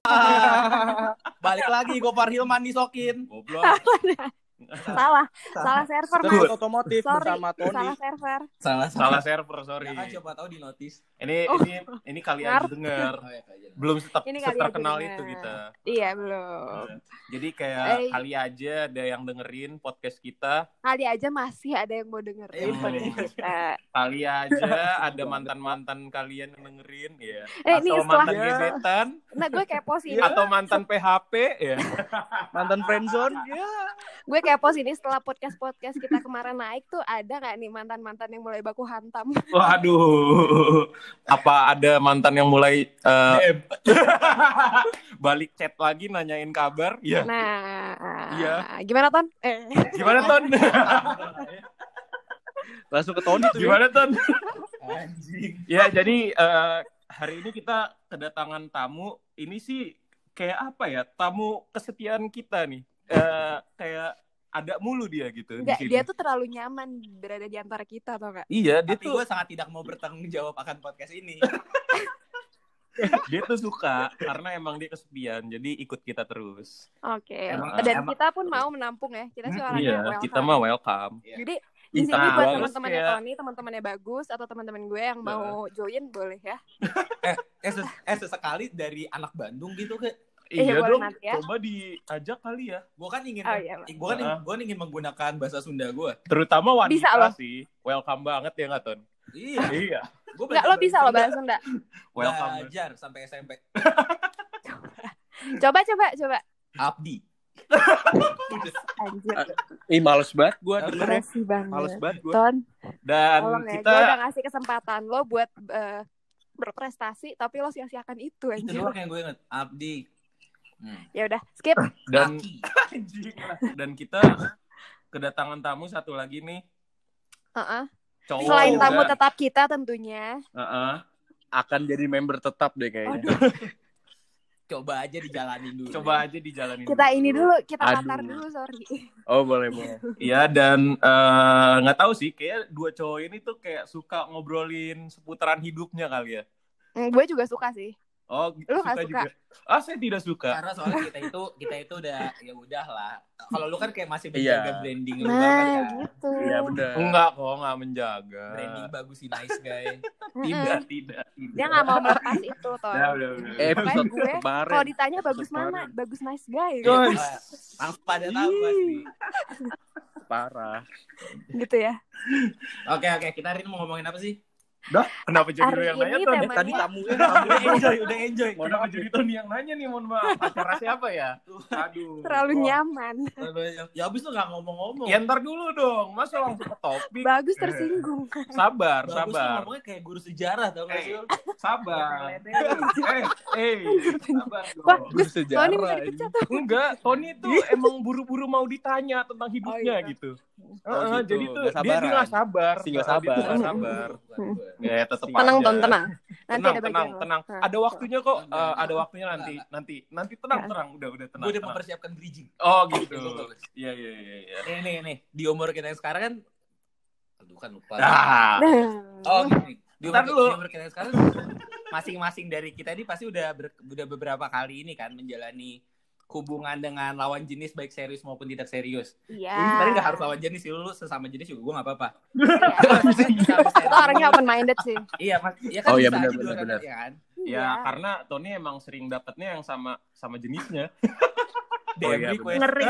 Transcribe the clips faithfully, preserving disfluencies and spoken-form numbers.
Balik lagi Gofar Hilman disokin. Goblok. Salah, salah server Sebut Mas. otomotif Sorry, bersama Tony. salah server. Salah Salah server, sorry. Ya kan siapa tahu di notis. Ini Oh. ini ini kali aja Ngerti. denger. Oh, ya, kayaknya. Belum seter- Ini kali aja seterkenal denger. itu kita. Iya belum. Jadi kayak Eh. kali aja ada yang dengerin podcast kita. Kali aja masih ada yang mau dengerin Hmm. podcast kita. Kali aja ada mantan-mantan kalian yang dengerin ya. Eh, ini Atau setelah- mantan gebetan Nah gue kepo sih. atau mantan P H P ya. Mantan friendzone. Ya. Gue kepo sih ini setelah podcast-podcast kita kemarin naik tuh ada nggak nih mantan-mantan yang mulai baku hantam? Waduh. Apa ada mantan yang mulai eh, balik chat lagi nanyain kabar? Iya. Nah, Iya. gimana Ton? Eh, Gimana Ton? Langsung ke Tony tuh. Gimana Ton? Anjing. Ya, jadi eh, hari ini kita kedatangan tamu. Ini sih kayak apa ya? Tamu kesetiaan kita nih. Eh, kayak ada mulu dia gitu. di enggak, sini. dia tuh terlalu nyaman berada di antara kita tau gak? Iya, dia Tapi tuh gue sangat tidak mau bertanggung jawab akan podcast ini. dia tuh suka karena emang dia kesepian. Jadi ikut kita terus. Oke. Emang- Dan emang- kita pun mau menampung ya. Kita suaranya Iya, welcome. kita mah welcome. Jadi Iya. di sini Nah, buat bagus teman-temannya kayak- Tony, teman-temannya Bagus atau teman-teman gue yang mau join boleh ya. eh, eh, ses- eh sesekali dari anak Bandung gitu ke. Iya, Iya boleh dong, nanti ya. coba diajak kali ya. Gue kan ingin, Oh, iya, Pak. gue kan, Heeh. gue ingin menggunakan bahasa Sunda gue. Terutama wanita Bisa loh. sih. Welcome banget ya nggak Ton? Iya. Iya. Gue Enggak, lo bisa lo bahasa Sunda. Welcome. Belajar sampai S M P. Coba coba coba. Abdi. Anjir. Ih, males banget gue dengernya. Makasih banget. Males banget gue. Ton, Dan tolong ya. kita Gue udah ngasih kesempatan lo buat eh, berprestasi, tapi lo sia-siakan itu Itu anjir. doang yang gue inget. Abdi. Hmm. Ya udah, skip. dan Aki. Anjing lah. dan kita kedatangan tamu satu lagi nih. Heeh. Cowok Selain juga. tamu tetap kita tentunya. Heeh. Akan jadi member tetap deh kayaknya. Coba aja dijalanin dulu. Coba aja dijalanin. Kita ini dulu, kita Aduh. latar dulu, sorry. Oh, boleh, boleh. Iya, dan eh, nggak tahu sih, kayak dua cowok ini tuh kayak suka ngobrolin seputaran hidupnya kali ya. Hmm, gue juga suka sih. Oh, Lu nggak suka suka? juga. Ah, saya tidak suka. Karena soalnya kita itu kita itu udah ya udah lah. Kalau lu kan kayak masih Iya. menjaga branding lu Nah, banget kan. gitu. Iya, bener. Enggak kok, nggak menjaga. Branding bagus sih, nice guy. Mm-mm. Tidak, tidak, tidak. Dia nggak mau melepas itu, Ton. Udah, udah, udah. Eh, Makanya episode gue, kemarin. kalau ditanya bagus Episode mana? kemarin. Bagus nice guy. Guys. Gitu, Wah, langsung pada tahu pasti. Parah. gitu ya. Oke oke, kita hari ini mau ngomongin apa sih? Dah, kenapa jadi lu Hari yang nanya ini tuh? temanya- Tadi tamunya, Udah tamunya enjoy, udah enjoy. Kenapa jadi Tony yang nanya nih, mohon maaf. Acara siapa ya? Aduh. Terlalu Wah. nyaman. Ya abis lu gak ngomong-ngomong. Ya ntar dulu dong, masa langsung ke topik. Bagus tersinggung. Sabar, Bagus tuh sabar. ngomongnya kayak guru sejarah tau gak sih? Eh, sabar. Eh, eh, sabar Wah, dong. guru Tony sejarah. bisa dipecat tuh. Enggak, Tony tuh emang buru-buru mau ditanya tentang hidupnya Oh, iya. gitu. Oh, Heeh, gitu. jadi tuh Nggak dia dia sabaran. nggak sabar. Si nggak Dia tuh sabar. nggak sabar. Ya tetap Tenang, aja. Ton, tenang. Nanti Tenang, ada bagian tenang, lo. tenang. Nah. Ada waktunya kok. Enggak, Eh, ada enggak. waktunya nanti, nanti, nanti tenang, tenang. Udah, udah tenang. Gue udah tenang. mempersiapkan bridging. Oh gitu. Bagus. Iya, iya, iya. iya. Nih nih nih, di umur kita yang sekarang kan, aduh kan lupa. Ah, Nah. Oh gini, di umur, Ntar dulu. di umur kita yang sekarang masing-masing dari kita ini pasti udah ber- udah beberapa kali ini kan menjalani hubungan dengan lawan jenis baik serius maupun tidak serius. Iya. Ini sebenarnya nggak harus lawan jenis sih, lu sesama jenis juga gue nggak apa-apa. Iya. Itu orangnya open minded sih. Iya, mas, ya kan Oh, iya, bisa benar, aja benar, dua kan, benar. ya kan? ya Iya. karena Tony emang sering dapetnya yang sama sama jenisnya. D Oh, M iya, request. Ngeri.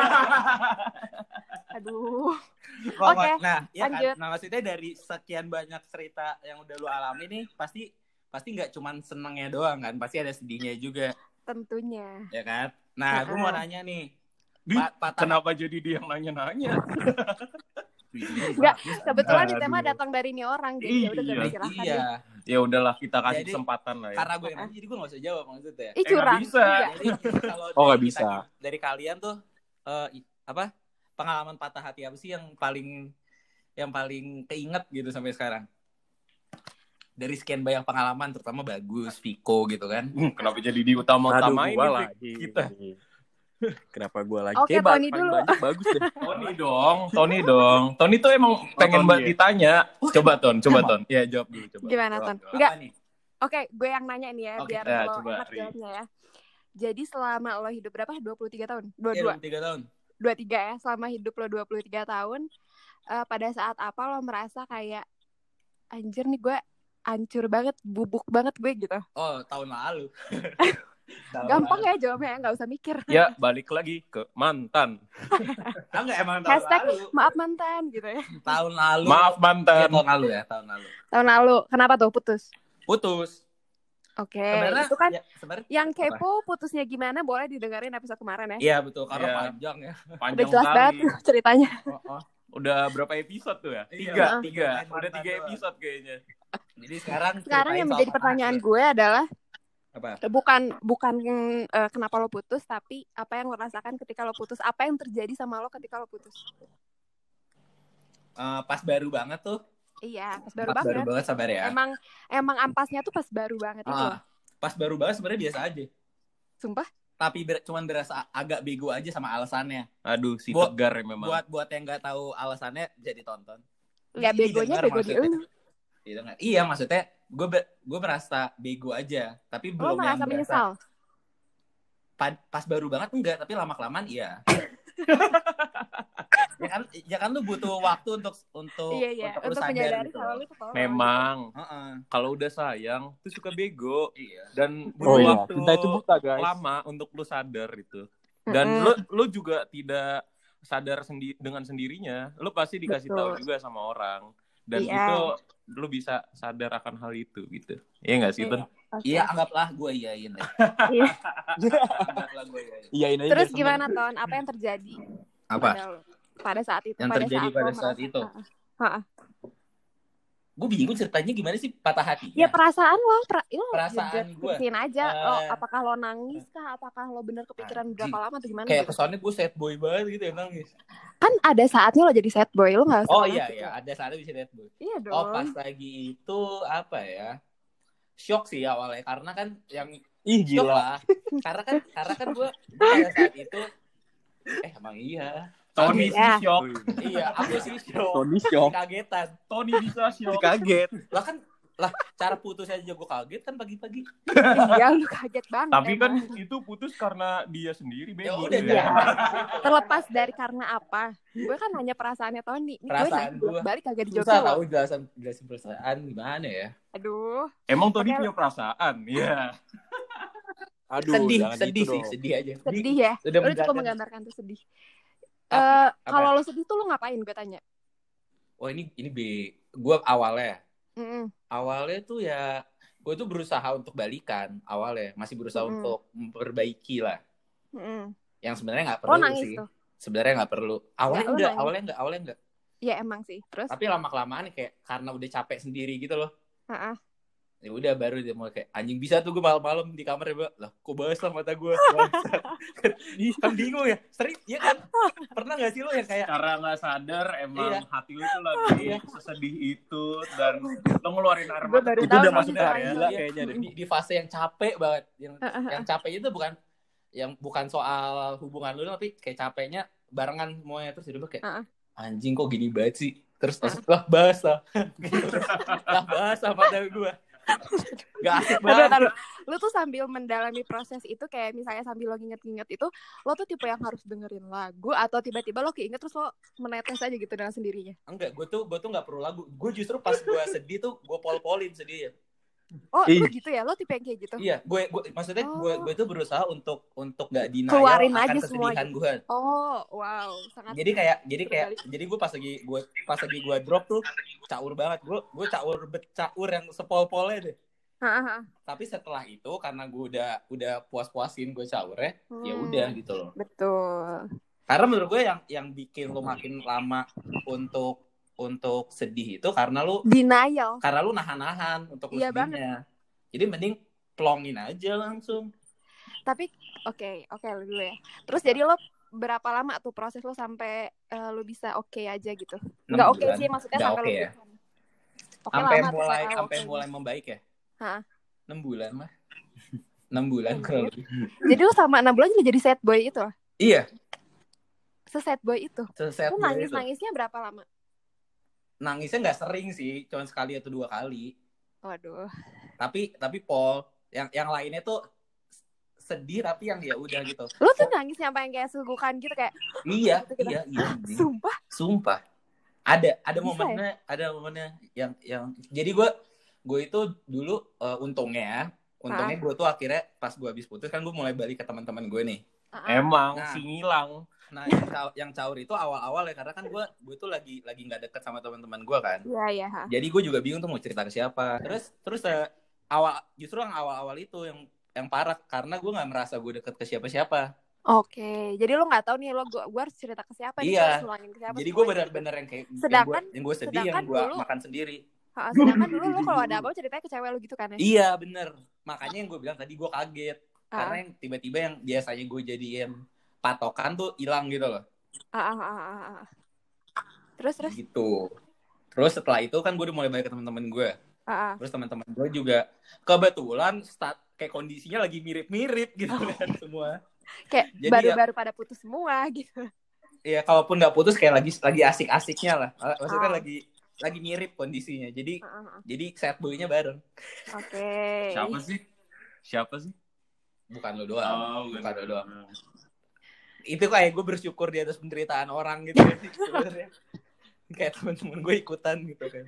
Aduh. Kok- Oke, nah, ya kan. lanjut. Nah, maksudnya dari sekian banyak cerita yang udah lu alami nih, pasti pasti nggak cuman senengnya doang kan, pasti ada sedihnya juga, Tentunya. ya kan? Nah, gue mau Uh-uh. nanya nih, Di, pa- patah. kenapa jadi dia yang nanya-nanya? Enggak, kebetulan di tema Aduh. datang dari ini orang, jadi ya udah Iya. gue silakan. Iya, deh. Ya udahlah, kita kasih Jadi, kesempatan lah ya. karena gue yang nanya, jadi gue nggak usah jawab maksudnya. Ih, Eh, curang. nggak bisa. Enggak. Jadi kalau Oh, nggak dari bisa. kita- dari kalian tuh eh, i- apa pengalaman patah hati apa sih yang paling yang paling keinget gitu sampai sekarang? Dari sekian banyak pengalaman, terutama Bagus, Viko gitu kan? Hmm, kenapa jadi Aduh, diutama-utamain gua nih, lagi. kita? Kenapa gue lagi? Oke, Kayak ba- Tony paling dulu. banyak bagus deh. Tony dong, Tony dong. Tony tuh emang pengen Tony banget ya? ditanya. Coba Ton, coba Emang? Ton. Ya jawab dulu coba. Gimana, Jawab, Ton? jawab. Enggak. Apa nih? Oke, gue yang nanya nih ya, Oke, biar ya, lo coba, enak Ri. jawabnya ya. Jadi selama lo hidup berapa? dua puluh tiga tahun? Iya, dua puluh dua? dua puluh tiga tahun. dua puluh tiga ya? Selama hidup lo dua puluh tiga tahun, uh, pada saat apa lo merasa kayak, anjir nih gue hancur banget, bubuk banget gue gitu? Oh, tahun lalu. Tahun Gampang lalu. ya jawabnya, nggak usah mikir. Ya, balik lagi ke mantan. Ah, enggak, emang tahun Hashtag lalu. maaf mantan gitu ya. Tahun lalu. Maaf Iya, mantan. tahun lalu ya, tahun lalu. Tahun lalu, kenapa tuh putus? Putus. Oke, Sebenarnya itu kan ya, sebenarnya yang kepo putusnya gimana boleh didengerin episode kemarin ya. iya betul, karena Iya. panjang ya. Udah Panjang jelas banget kali. ceritanya. Oh, oh. Udah berapa episode tuh ya? Iya. Tiga, Heeh. tiga. Mantan Udah tiga doang. episode kayaknya. Jadi sekarang Sekarang ceritain yang soal menjadi patah pertanyaan hati. gue adalah Apa? bukan bukan uh, kenapa lo putus, tapi apa yang lo rasakan ketika lo putus, apa yang terjadi sama lo ketika lo putus. Uh, pas baru banget tuh. Iya, pas baru pas banget. baru banget sabar ya. Emang emang ampasnya tuh pas baru banget itu. Ah, pas baru banget sebenarnya biasa aja. Sumpah. Tapi ber- cuman berasa agak bego aja sama alasannya. Aduh, si Buat- tegar ya memang. Buat buat yang nggak tahu alasannya jadi tonton. Nggak Ini begonya dengar bego di maksudnya. lu. Iya, dengar. Iya, maksudnya gue be- gue merasa bego aja, tapi Lo belum yang merasa berasa. menyesal. Pa- pas baru banget enggak, tapi lama kelamaan iya. ya kan ya kan lu butuh waktu untuk untuk Iya iya, untuk, lu untuk sadar menyadari gitu kalau loh. lu tuh tolol. Memang Heeh. kalau udah sayang tuh suka bego Iya. dan Oh butuh iya, waktu cinta itu buta guys. lama untuk lu sadar itu. Dan Mm-mm. lu lu juga tidak sadar sendi- dengan sendirinya. Lu pasti dikasih Betul. tahu juga sama orang. Dan Iya. itu lu bisa sadar akan hal itu gitu. Iya nggak sih, Iya. Ton? Oke. Iya, anggaplah gue iyain deh. Iya. Anggaplah gue iyain. Iyain aja. Terus biar gimana Ton? Apa yang terjadi Apa? pada lo? Pada saat itu, Yang pada terjadi saat pada lo saat merasa- itu? Heeh. Gue bingung ceritanya gimana sih patah hati. Ya perasaan lo, pra- lo Perasaan gue. jelasin aja. Lo, Eh. apakah lo nangis kah? Apakah lo bener kepikiran Anjing. berapa lama atau gimana? Kayak gitu? kesannya gue sad boy banget gitu ya nangis. Kan ada saatnya lo jadi sad boy, lo nggak usah Oh nangis iya gitu. iya, ada saatnya bisa sad boy. Iya dong. Oh pas lagi itu apa ya? Shock sih awalnya karena kan yang Ih shock gila. lah. Karena kan karena kan gue pada saat itu eh emang iya. Tony Iya. sih shock. Iya, aku sih shock. Tony shock. Kagetan. Tony bisa shock. Kaget. Lah kan lah cara putus aja gue kaget kan pagi-pagi. Iya, lu kaget banget. Tapi kan emang. itu putus karena dia sendiri Ya bego. udah dia. Iya. Terlepas dari karena apa, gue kan hanya perasaannya Tony. Ini Perasaan gue gue. balik kagak dijawab. Susah tahu jelasin jelasin perasaan gimana ya. Aduh. Emang Tony Oke. punya perasaan? Iya. Aduh, sedih, jangan sedih gitu sih, dong. sedih aja. Sedih ya. Udah Lu cukup mendadak. menggambarkan tuh sedih. Tapi, Eh, apa? kalau lo sedih tuh lo ngapain? Gue tanya. Oh ini ini B. Gue awalnya, Mm-mm. awalnya tuh ya gue tuh berusaha untuk balikan awalnya, masih berusaha Mm-mm. untuk memperbaiki lah. Mm-mm. Yang sebenarnya nggak Lo perlu nangis sih. tuh. Sebenarnya nggak perlu. Awalnya Ya, lo enggak, nangis. awalnya enggak, awalnya enggak. Ya emang sih. Terus? Tapi lama kelamaan kayak karena udah capek sendiri gitu loh. Heeh. Ya udah baru dia mulai kayak anjing bisa tuh gue malam-malam di kamar ya, Mbak. Lah, kok basah mata gue. Kan bingung ya. Sering ya kan? Pernah nggak sih lo yang kayak Cara nggak sadar emang Iya. hati lu tuh lagi sesedih itu dan lo ngeluarin air Gue mata. baru Itu tahu udah nih masuk cara tahap itu. gila Iya. kayaknya deh. di, di fase yang capek banget, yang Heeh. yang capeknya itu bukan yang bukan soal hubungan lu tapi kayak capeknya barengan semuanya terus jadi kayak Heeh. anjing kok gini banget sih terus langsung lah basah gitu. Lah basah mata gue gak asik Taduh, banget. taduh. Lu tuh sambil mendalami proses itu kayak misalnya sambil lo nginget-nginget itu, lo tuh tipe yang harus dengerin lagu atau tiba-tiba lo keinget terus lo menetes aja gitu dengan sendirinya. Enggak, gue tuh gue tuh nggak perlu lagu, gue justru pas gue sedih tuh gue pol-polin sedih. Oh, Ih. lu gitu ya? Lo tipe yang kayak gitu? Iya, gue gue maksudnya Oh. gue gue tuh berusaha untuk untuk nggak denial Keluarin akan aja kesedihan semuanya. gue. Oh, wow, sangat. Jadi kayak jadi kayak Berbalik. jadi gue pas lagi gue pas lagi gue drop tuh caur banget, gue gue caur becaur yang sepol-polnya deh. Hahaha. Tapi setelah itu karena gue udah udah puas-puasin gue caurnya, ya Hmm. udah gitu loh. Betul. Karena menurut gue yang yang bikin lo makin lama untuk untuk sedih itu karena lu Denial. karena lu nahan-nahan untuk lu Iya sedihnya. Jadi mending plongin aja langsung. Tapi oke, oke lu dulu ya. Terus jadi lo berapa lama tuh proses lo sampai eh, lo bisa oke aja gitu? Enam Enggak oke bulan. sih, maksudnya Nggak sampai oke lo ya. Oke Sampai lama tuh mulai sampai sampai oke. mulai membaik ya. Hah? enam bulan mah. enam bulan kurang lebih. Jadi lo sama enam bulan juga jadi sad boy itu? Iya, Se-sad boy itu? seset Lo nangis-nangisnya berapa lama? Nangisnya nggak sering sih, cuma sekali atau dua kali. Waduh. Tapi tapi Paul yang yang lainnya tuh sedih tapi yang ya udah gitu. Lu tuh nangis sampai yang kayak sugukan gitu kayak Iya, gitu-gitu. iya, iya. anjing. Sumpah. Sumpah. Ada ada Bisa momennya, ada momennya yang yang jadi gue gue itu dulu uh, untungnya, untungnya gue tuh akhirnya pas gue habis putus kan gue mulai balik ke teman-teman gue nih. Uh-uh. Emang Nah. si ngilang. Nah, yang caur, yang caur itu awal-awal ya karena kan gue gue tuh lagi lagi nggak deket sama teman-teman gue kan. Iya, iya. ha. Jadi gue juga bingung tuh mau cerita ke siapa. Terus terus uh, awal justru yang awal-awal itu yang yang parah karena gue nggak merasa gue deket ke siapa-siapa. Oke, jadi lo nggak tahu nih lo gue gue harus cerita ke siapa nih, Iya. gue harus ulangin ke siapa. Jadi gue semuanya. benar-benar yang kayak Sedangkan- yang gue sedih sedangkan yang gue dulu- makan sendiri. Ha, sedangkan dulu lo kalau ada apa ceritanya ke cewek lo gitu kan ya. Iya bener. Makanya yang gue bilang tadi gue kaget. Ah. Karena yang tiba-tiba yang biasanya gue jadiin patokan tuh hilang gitu loh. Ah, ah, ah, ah, ah. Terus terus. Gitu. Terus setelah itu kan gue udah mulai balik ke teman-teman gue. Ah, ah. Terus teman-teman gue juga kebetulan start kayak kondisinya lagi mirip-mirip gitu Oh. kan semua. Kayak Jadi baru-baru pada putus semua gitu. Ya kalaupun nggak putus kayak lagi lagi asik-asiknya lah. Maksudnya Ah. lagi lagi mirip kondisinya. Jadi Ah, ah, ah. jadi sad boy-nya bareng. Oke. Siapa sih? Siapa sih? Bukan lo doang. Oh, bukan lo doang. Itu kayak gue bersyukur di atas penderitaan orang gitu ya sih sebenarnya. Kayak teman-teman gue ikutan gitu kan.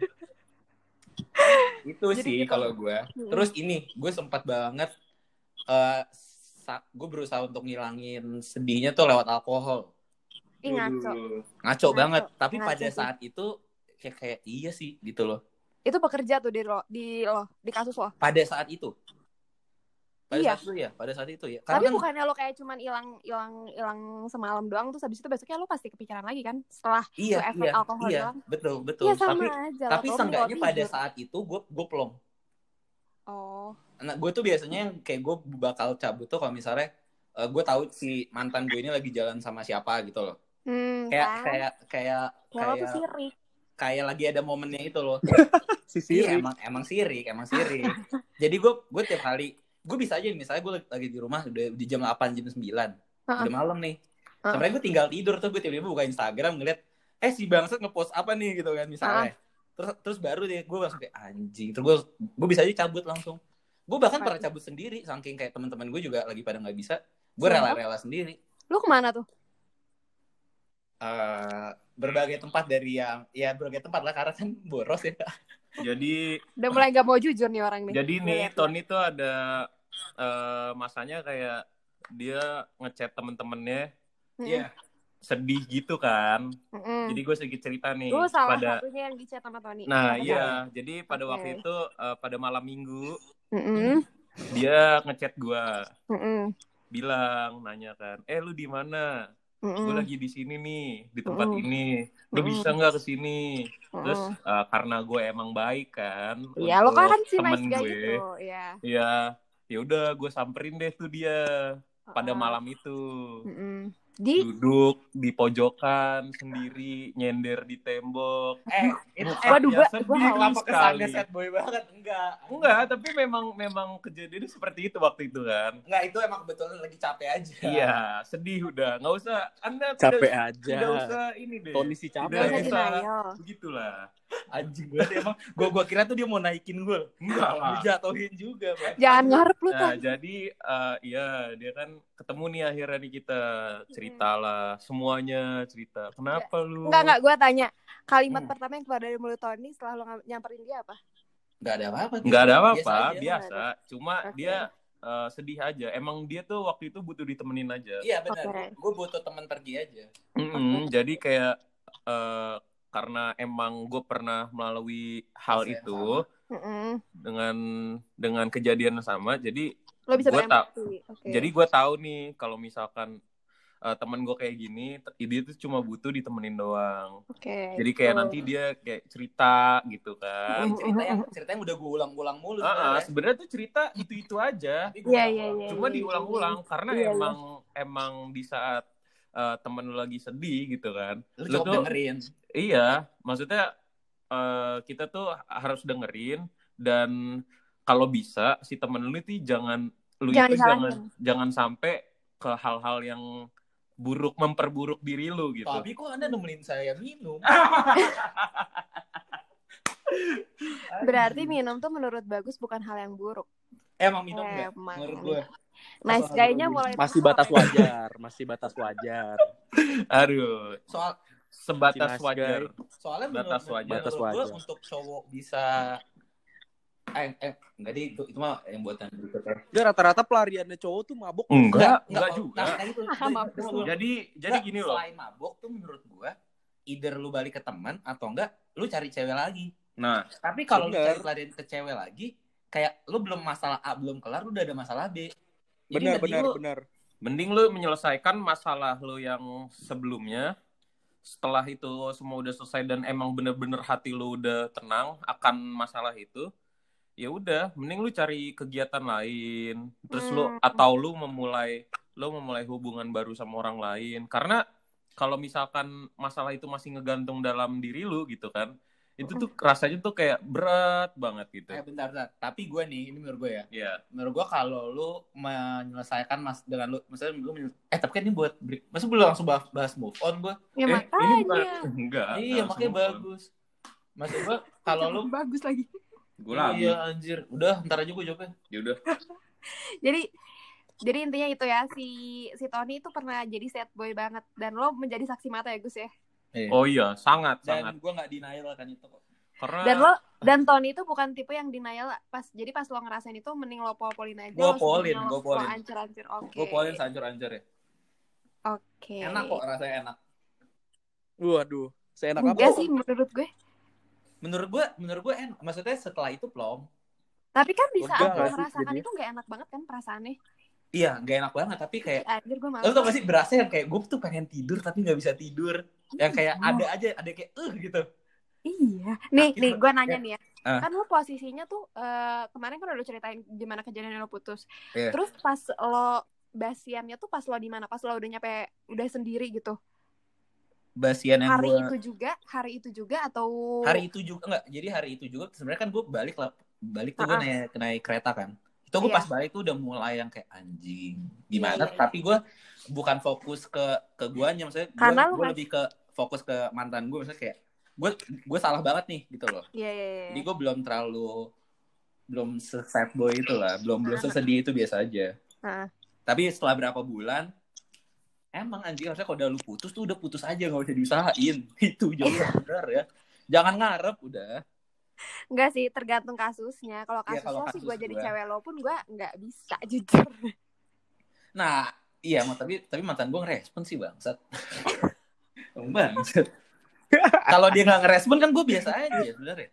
Itu Jadi sih gitu. kalau gue. Hmm. Terus ini gue sempat banget eh sa- gue berusaha untuk ngilangin sedihnya tuh lewat alkohol. Ih, ngaco. Ngaco Ngaco. banget. Tapi Ngaco pada sih. saat itu kayak kayak iya sih gitu loh. Itu bekerja tuh di lo, di lo, di kasus lo. Pada saat itu. Pada Iya. saat itu ya, pada saat itu ya. Tapi Karena kan- bukannya lo kayak cuman hilang hilang hilang semalam doang terus habis itu besoknya lo pasti kepikiran lagi kan setelah iya, efek iya, alkohol iya, doang. betul, betul. Iya sama Tapi aja. tapi Lo seenggaknya lo pada tidur. saat itu gue gue plong. Oh. Nah, gue tuh biasanya yang kayak gue bakal cabut tuh kalau misalnya uh, gue tahu si mantan gue ini lagi jalan sama siapa gitu loh. Hmm, Kayak kan? kayak kayak Kayak lo tuh kayak sirik. kayak lagi ada momennya itu loh. Si Iya, Siri. emang emang sirik, emang sirik. Jadi gue gue tiap hari gue bisa aja misalnya gue lagi di rumah udah di jam delapan jam sembilan Uh-uh. udah malam nih. Uh-uh. Sebenarnya gue tinggal tidur tuh gue tiba-tiba buka Instagram ngeliat eh si bangsat ngepost apa nih gitu kan misalnya. Terus terus baru deh gue langsung kayak anjing. Terus gue gue bisa aja cabut langsung. Gue bahkan pernah cabut sendiri saking kayak teman-teman gue juga lagi pada nggak bisa. Gue Sumpah? rela-rela sendiri. Lu kemana tuh? Eh, berbagai tempat dari yang ya berbagai tempat lah karena kan boros ya. Jadi Udah mulai gak mau jujur nih orang nih. jadi Gue nih liat. Tony tuh ada eh, masanya kayak dia ngechat temen-temennya Mm-mm. Iya. sedih gitu kan. Mm-mm. Jadi gue sedikit cerita nih Lu salah pada satunya yang di-chat sama Tony. Nah, Apa iya. Jadi pada Oke. waktu itu eh, pada malam Minggu Mm-mm. dia ngechat gua, Mm-mm. bilang nanya kan, "Eh lu di mana? Mm-mm. Gue lagi di sini nih, di tempat Mm-mm. ini. Lu Mm-mm. bisa nggak ke sini?" Terus Mm-mm. eh, karena gue emang baik kan, Iya, lo kan untuk si temen nice guy gue, gitu. Iya. ya ya udah gue samperin deh tuh dia pada Uh-uh. malam itu. Mm-mm. Di Duduk di pojokan sendiri, nyender di tembok. Eh, itu eh, Waduh, ya gua- sedih gua kenapa sekali. kesannya sad boy banget? Enggak. Enggak, tapi memang memang kejadiannya seperti itu waktu itu kan. Enggak, itu emang kebetulan lagi capek aja. Iya, sedih udah. Nggak usah, Anda Capek tidak, aja. tidak usah ini deh. Tony si Tidak capek. Gak usah usah denial. begitulah. Anjing gue emang gue gua kira tuh dia mau naikin gue. Enggak lah. Dijatuhin juga, Bang. Jangan ngarep lu Nah, tuh. jadi eh, iya dia kan ketemu nih akhirnya nih kita ceritalah semuanya cerita. Kenapa lu? Enggak, enggak. Gue tanya. Kalimat Hmm. pertama yang keluar dari mulut Tony setelah lo ng- nyamperin dia apa? Enggak ada apa-apa. Nggak ada Biasa apa-apa, aja. biasa. Cuma Oke. dia eh, sedih aja. Emang dia tuh waktu itu butuh ditemenin aja. Iya benar. Oke. Gue butuh teman pergi aja. Mm-mm, jadi kayak eh, karena emang gue pernah melalui hal Fase yang itu Mm-mm. dengan dengan kejadian yang sama, jadi Lo bisa Gua tak- berempati. Oke. jadi gue tahu nih kalau misalkan eh, temen gue kayak gini, t- dia tuh cuma butuh ditemenin doang. Oke. Jadi kayak gitu. nanti dia kayak cerita gitu kan. Ini cerita yang cerita yang udah gue ulang-ulang mulu. Ah, ah, sebenarnya. sebenarnya tuh cerita itu-itu aja. Tapi gua Iya, ulang-ulang. iya, iya. Cuma diulang-ulang karena Iya, iya. emang emang di saat eh, temen lu lagi sedih gitu kan. Lu Lu coba tuh dengerin. iya, maksudnya eh, kita tuh harus dengerin dan kalau bisa si temen lu itu jangan lu Jangan itu disalahin. jangan jangan sampai ke hal-hal yang buruk, memperburuk diri lu gitu. Tapi kok Anda nemenin saya minum? Berarti minum tuh menurut Bagus bukan hal yang buruk. Emang minum enggak? Emang. Menurut gue. Nice Soal guy-nya dulu. mulai Masih mentok batas ya. wajar, masih batas wajar. Aduh, Soal sebatas Si nice wajar. soalnya menurut, Batas wajar. menurut Batas gue wajar. untuk cowok bisa eh eh enggak deh itu, itu mah yang buatan berikutnya. Dia rata-rata pelariannya cowok tuh mabok. Enggak, Enggak, enggak kalau- juga. Nah, nah itu, itu, Mampus itu, lu. itu, Jadi jadi Enggak, gini loh. selain mabok tuh menurut gue either lu balik ke teman atau enggak lu cari cewek lagi. Nah, Tapi kalau lu Bener. cari pelarian ke cewek lagi, kayak lu belum masalah A belum kelar, lu udah ada masalah B. Jadi Benar, mending benar, lu, benar. mending lu menyelesaikan masalah lu yang sebelumnya. Setelah itu semua udah selesai dan emang bener-bener hati lu udah tenang akan masalah itu, ya udah, mending lu cari kegiatan lain. Terus lu Hmm. atau lu memulai lu memulai hubungan baru sama orang lain. Karena kalau misalkan masalah itu masih ngegantung dalam diri lu gitu kan, itu tuh rasanya tuh kayak berat banget gitu. eh bentar, bentar. Tapi gue nih, ini menurut gue ya. Iya. Menurut gue kalau lu menyelesaikan mas dengan lu, misalnya lu menyel- eh tapi kan ini buat break. Masa belum langsung bahas, bahas move on gue? Ya Eh, ini bukan makanya. enggak. Iya, makanya bagus. Maksud gue kalau lu Bagus lagi. Gue lagi. iya anjir, udah ntar aja gue jawabnya. Ya udah. Jadi jadi intinya itu ya, si si Tony itu pernah jadi sad boy banget dan lo menjadi saksi mata ya Gus ya. Oh iya, sangat sangat. Dan gue nggak denial kan itu kok. Karena Dan lo dan Tony itu bukan tipe yang denial pas jadi pas lo ngerasain itu mending lo pol-polin aja. Gua lo polin, sebelum gua lo- polin. lo ancur-ancur. Oke. Gue polin sehancur-hancur ya. Oke. Enak kok, rasanya enak. Waduh, seenak apa? Enggak sih menurut gue. Menurut gue, menurut gue enak. Maksudnya setelah itu plong. Tapi kan di saat Enggak lo nggak sih, merasakan jadinya? itu gak enak banget kan perasaannya. Iya, gak enak banget. Tapi kayak, Anjir gue lo malas. tau gak sih berasa yang kayak gue tuh pengen tidur tapi gak bisa tidur. Yang kayak Oh. ada aja, ada kayak eh gitu. Iya. Nih, Sakit nih banget. gue nanya Ya. nih ya. Ah. Kan lo posisinya tuh eh, kemarin kan udah ceritain gimana kejadian lo putus. Iya. Terus pas lo basiannya tuh pas lo di mana? Pas lo udah nyampe udah sendiri gitu. Basian yang Hari gue... itu juga, hari itu juga atau Hari itu juga, enggak. Jadi hari itu juga sebenarnya kan gue balik lah. Balik tuh gue Ah-ah. naik, naik kereta kan. Itu gue Iya. pas balik tuh udah mulai yang kayak anjing. Gimana? Iya, iya, iya. Tapi gue bukan fokus ke ke guanya. Maksudnya gue, Karena lu gue mas- lebih ke fokus ke mantan gue. Maksudnya kayak gue gue salah banget nih gitu loh. Iya, iya, iya. Jadi gue belum terlalu belum se-sad boy itu lah, belum belum sesedih itu biasa aja. Ah. Tapi setelah berapa bulan, emang anjing harusnya kalau udah lu putus tuh udah putus aja, nggak usah diusahain. Itu jauh benar ya. Jangan ngarep udah. Enggak sih, tergantung kasusnya. Kalau Iya, kasus kalau lo sih kasus gue jadi gua. cewek lo pun gue nggak bisa jujur. Nah, iya, mak- tapi tapi mantan gue ngerespon sih bangsat. bangsat. Kalau dia nggak ngerespon kan gue biasa aja sebenarnya.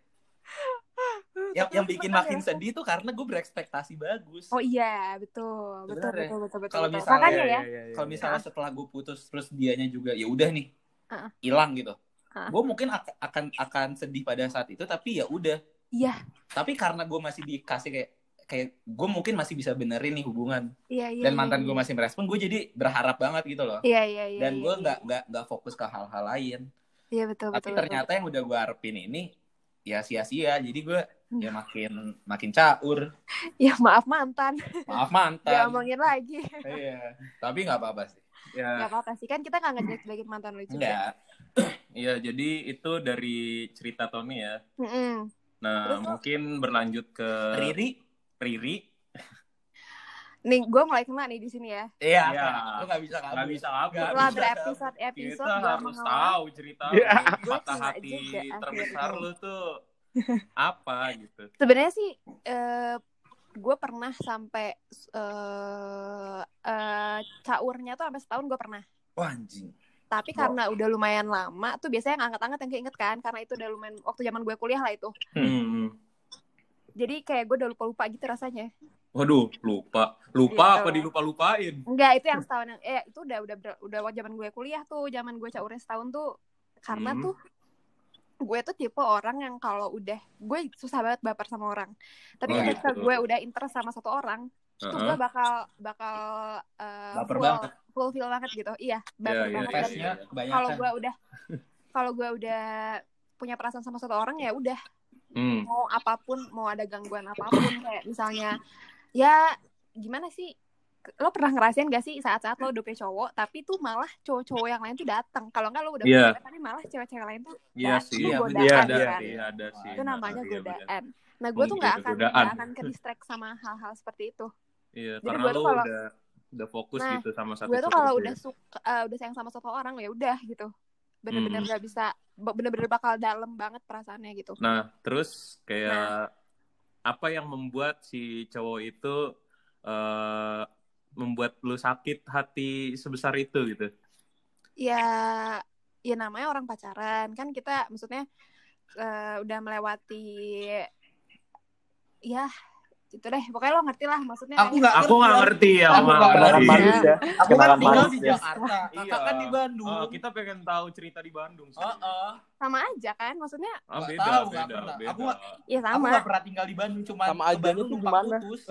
Yang yang bikin makin sedih tuh karena gue berekspektasi bagus. Oh iya, betul, betul, Sebenarnya, betul, betul, betul. kalau betul. misalnya- Makanya ya, Kalau misalnya setelah gue putus terus dianya juga ya udah nih Uh-uh. hilang gitu, Uh-uh. gue mungkin ak- akan akan sedih pada saat itu, tapi ya udah. iya, Tapi karena gue masih dikasih kayak kayak gue mungkin masih bisa benerin nih hubungan, iya, iya. dan mantan iya, gue masih merespon, gue jadi berharap banget gitu loh. Iya, iya, iya. Dan iya, gue iya. nggak nggak nggak fokus ke hal-hal lain. Iya betul, Tapi betul. ternyata yang udah gue harapin ini ya sia-sia. Jadi gue ya makin makin caur. betul. Ya maaf mantan, Maaf dia mantan. omongin lagi. Iya. Tapi nggak apa-apa sih. ya Gak apa-apa sih, kan kita gak ngejelek-jelekin mantan lu juga. Enggak. Iya, jadi itu dari cerita Tony ya. Mm-mm. Nah, Terus lo- mungkin berlanjut ke Riri. Riri. Nih, gue mulai kena nih di sini ya. Iya. Iya. Lu nggak bisa kabur. Nggak bisa kabur. Nggak Setelah bisa berepisode-episode Kita gue harus mengelola. tahu cerita Iya. lu. Gue Patah kena hati juga terbesar akhirnya. lu tuh apa gitu. Sebenarnya sih, eh gue pernah sampai eh eh, caurnya tuh sampai setahun gue pernah. Wah, anjing. Tapi karena udah lumayan lama tuh biasanya yang angkat-angkat yang keinget kan, karena itu udah lumayan waktu zaman gue kuliah lah itu. Hmm. Jadi kayak gue udah lupa-lupa gitu rasanya. Waduh, lupa. Lupa Gitu. apa dilupa-lupain? Enggak, itu yang setahun yang eh itu udah udah udah waktu zaman gue kuliah tuh, zaman gue caurnya setahun tuh. Karena Hmm. tuh gue tuh tipe orang yang kalau udah gue susah banget baper sama orang. Tapi Oh, ketika gitu. gue udah interest sama satu orang, tuh Uh-uh. gue bakal bakal uh, Baper full, banget. fulfill banget gitu. Iya, baper iya, banget. iya, Dan Pesnya iya. kebanyakan. kalau gue udah kalau gue udah punya perasaan sama satu orang ya udah, Hmm. mau apapun, mau ada gangguan apapun kayak misalnya ya gimana sih, lo pernah ngerasain gak sih saat-saat lo udah punya cowok tapi tuh malah cowok-cowok yang lain tuh datang, kalau nggak lo udah Iya. punya cewek, tapi malah cewek-cewek lain tuh Iya dat- sih. itu Iya, godaan bener. Iya, kan. ada sih, ada sih. Itu namanya Iya, bener. godaan. Nah gue tuh Mungkin nggak itu akan godaan. nggak akan ke distract sama hal-hal seperti itu. Iya, Jadi karena gue lu tuh kalau udah udah fokus Nah, gitu sama satu gue tuh cowok kalau itu udah ya. suka uh, udah sayang sama satu orang ya udah gitu. Bener-bener Hmm. gak bisa bener-bener bakal dalam banget perasaannya gitu. Nah, terus kayak Nah. apa yang membuat si cowok itu uh, membuat lu sakit hati sebesar itu gitu? Ya, ya namanya orang pacaran kan kita maksudnya uh, udah melewati ya itu deh pokoknya lo ngerti lah maksudnya Aku kayak nggak Aku nggak ngerti ya, Aku nggak nggak Kenalan ngerti. manis ya. Aku kan Kenalan tinggal manis di ya. Jakarta, kakak kan di Bandung. Oh, kita pengen tahu cerita di Bandung sih. Oh, oh. sama aja kan maksudnya Ah, Nggak beda, tahu, nggak beda, pernah. beda. Aku nggak- ya Aku sama nggak pernah tinggal di Bandung, cuma Sama ke ajanya Bandung tuh numpang gimana? putus.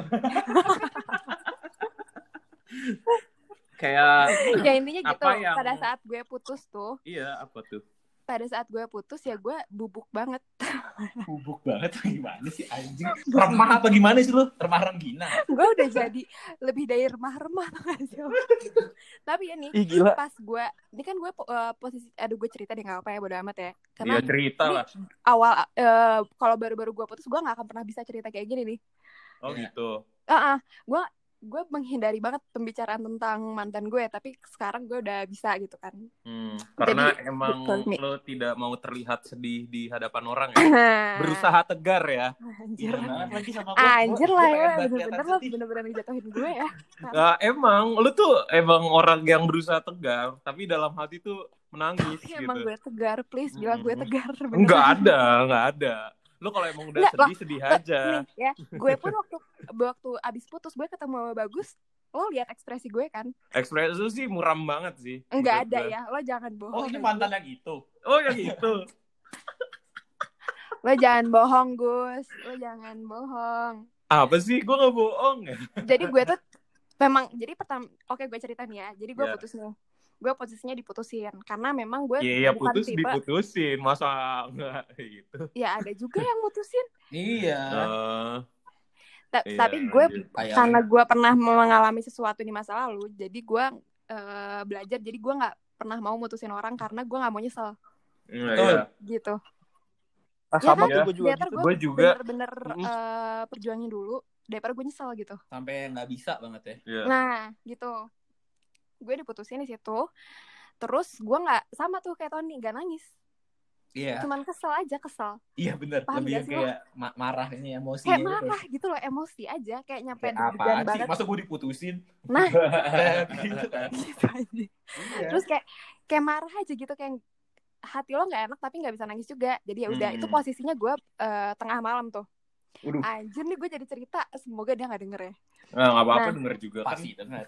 Kayak ya intinya gitu apa yang- pada saat gue putus tuh iya, apa tuh? pada saat gue putus ya gue bubuk banget. Bubuk banget gimana sih anjing? Remah apa gimana sih lu? Remah renggina. Gue udah jadi lebih dari remah-remah tau gak sih lo? Tapi ya nih Ih gila. pas gue ini kan gue uh, posisi aduh gue cerita deh nggak apa ya bodo amat ya karena Iya, cerita ini lah. awal uh, kalau baru-baru gue putus gue nggak akan pernah bisa cerita kayak gini nih. Oh Iya. gitu. Ah, uh-uh. gue gue menghindari banget pembicaraan tentang mantan gue tapi sekarang gue udah bisa gitu kan. Hmm, karena Jadi, emang betul nih. lo tidak mau terlihat sedih di hadapan orang ya. Berusaha tegar ya. Anjir. Iya banget lagi sama gua. Anjir Gua- lah gua ya, pengen banget bener-bener kelihatan lo sedih. bener-bener ngejatuhin gue ya. Nah, emang lu tuh emang orang yang berusaha tegar, tapi dalam hati tuh menangis Tapi gitu. emang gue tegar, please bilang gue Mm-mm. tegar. beneran. Enggak ada, enggak ada. Lu kalau emang udah Nggak, sedih sedih Lo- aja. Nih ya, gue pun waktu waktu abis putus gue ketemu sama Bagus, lo lihat ekspresi gue kan? Ekspresi lu sih muram banget sih. Enggak menurut ada gue. ya, lo jangan bohong. Oh, ini mantan yang itu. Oh ya gitu. Lo jangan bohong, Gus. Lo jangan bohong. Apa sih? Gue nggak bohong. Jadi gue tuh memang jadi pertama, oke gue cerita nih ya. Jadi gue Ya. putus nih. Gue posisinya diputusin karena memang gue Iya, ya bukan putus tipe. diputusin, masa enggak gitu. Ya ada juga yang mutusin. Iya. Eh, Ta- iya, tapi gue lanjut. Kayak karena gue pernah mengalami sesuatu di masa lalu, jadi gue eh, belajar. Jadi gue nggak pernah mau mutusin orang karena gue nggak mau nyesel Iya, Betul. iya. gitu. Ah, Ya sama kan? tuh gue juga Biar gitu. gue Gue juga. bener-bener Mm. eh, perjuangin dulu daripada gue nyesel gitu. sampai nggak bisa banget ya. Iya. Nah gitu, gue diputusin di situ. Terus gue nggak sama tuh kayak Tony, nggak nangis, Iya. cuman kesel aja kesel. Iya benar. Paham Lebih gak yang sih lo? kayak ma- marah ini emosi Kayak gitu. marah gitu loh, emosi aja, kayak nyampe Kayak deg-degan apaan sih? banget. Masa gue diputusin? Nah Kayak gitu kan. gitu aja. Iya. Terus kayak kayak marah aja gitu, kayak hati lo nggak enak tapi nggak bisa nangis juga. Jadi ya udah, Hmm. itu posisinya gue eh, tengah malam tuh. Waduh. Anjir nih gue jadi cerita, semoga dia nggak denger ya. Nah, nggak apa-apa Nah. denger juga kan. Pasti dengar.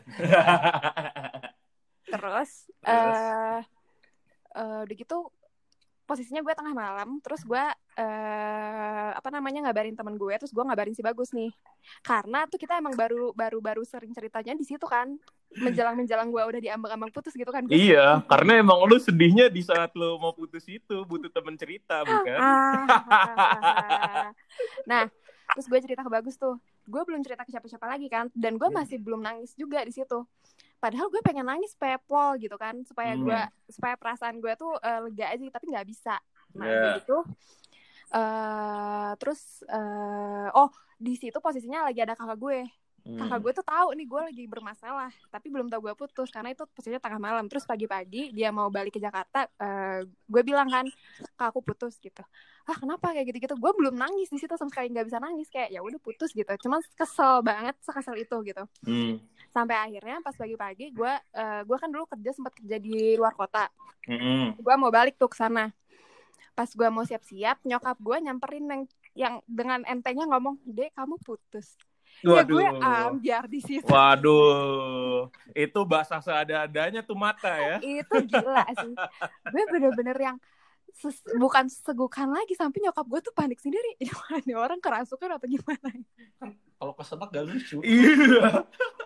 Terus Terus? eh eh, udah gitu posisinya gue tengah malam, terus gue eh apa namanya ngabarin temen gue, terus gue ngabarin si Bagus nih, karena tuh kita emang baru baru baru sering ceritanya di situ kan, menjelang menjelang gue udah diambang-ambang putus gitu kan. Gus. Iya, karena emang lu sedihnya di saat lu mau putus itu butuh temen cerita, bukan? Ah. Nah, terus gue cerita ke Bagus tuh, gue belum cerita ke siapa-siapa lagi kan, dan gue masih belum nangis juga di situ. Padahal gue pengen nangis supaya pol gitu kan, supaya Hmm. gue supaya perasaan gue tuh eh, lega aja, tapi nggak bisa. Nah, Yeah. udah gitu. eh terus eh oh di situ posisinya lagi ada kakak gue. Kakak gue tuh tahu nih gue lagi bermasalah, tapi belum tahu gue putus karena itu posisinya tengah malam. Terus pagi-pagi dia mau balik ke Jakarta, eh gue bilang kan, "Kak, aku putus," gitu. Ah kenapa kayak gitu-gitu? Gue belum nangis di situ sama sekali, nggak bisa nangis, kayak ya udah putus gitu. Cuman kesel banget, sekesel itu gitu. Hmm. Sampai akhirnya pas pagi-pagi gue uh, gue kan dulu kerja, sempat kerja di luar kota. Mm-mm. Gue mau balik tuh ke sana. Pas gue mau siap-siap, nyokap gue nyamperin yang yang dengan entengnya ngomong, "Dek, kamu putus." Ya gue ambiar di situ. Waduh, itu basah seada-adanya tuh mata ya. Itu gila sih. Gue bener-bener yang ses- bukan segukan lagi, sampai nyokap gue tuh panik sendiri. Ini orang kerasukan atau gimana? Kalau kesentak gak lucu. Iya.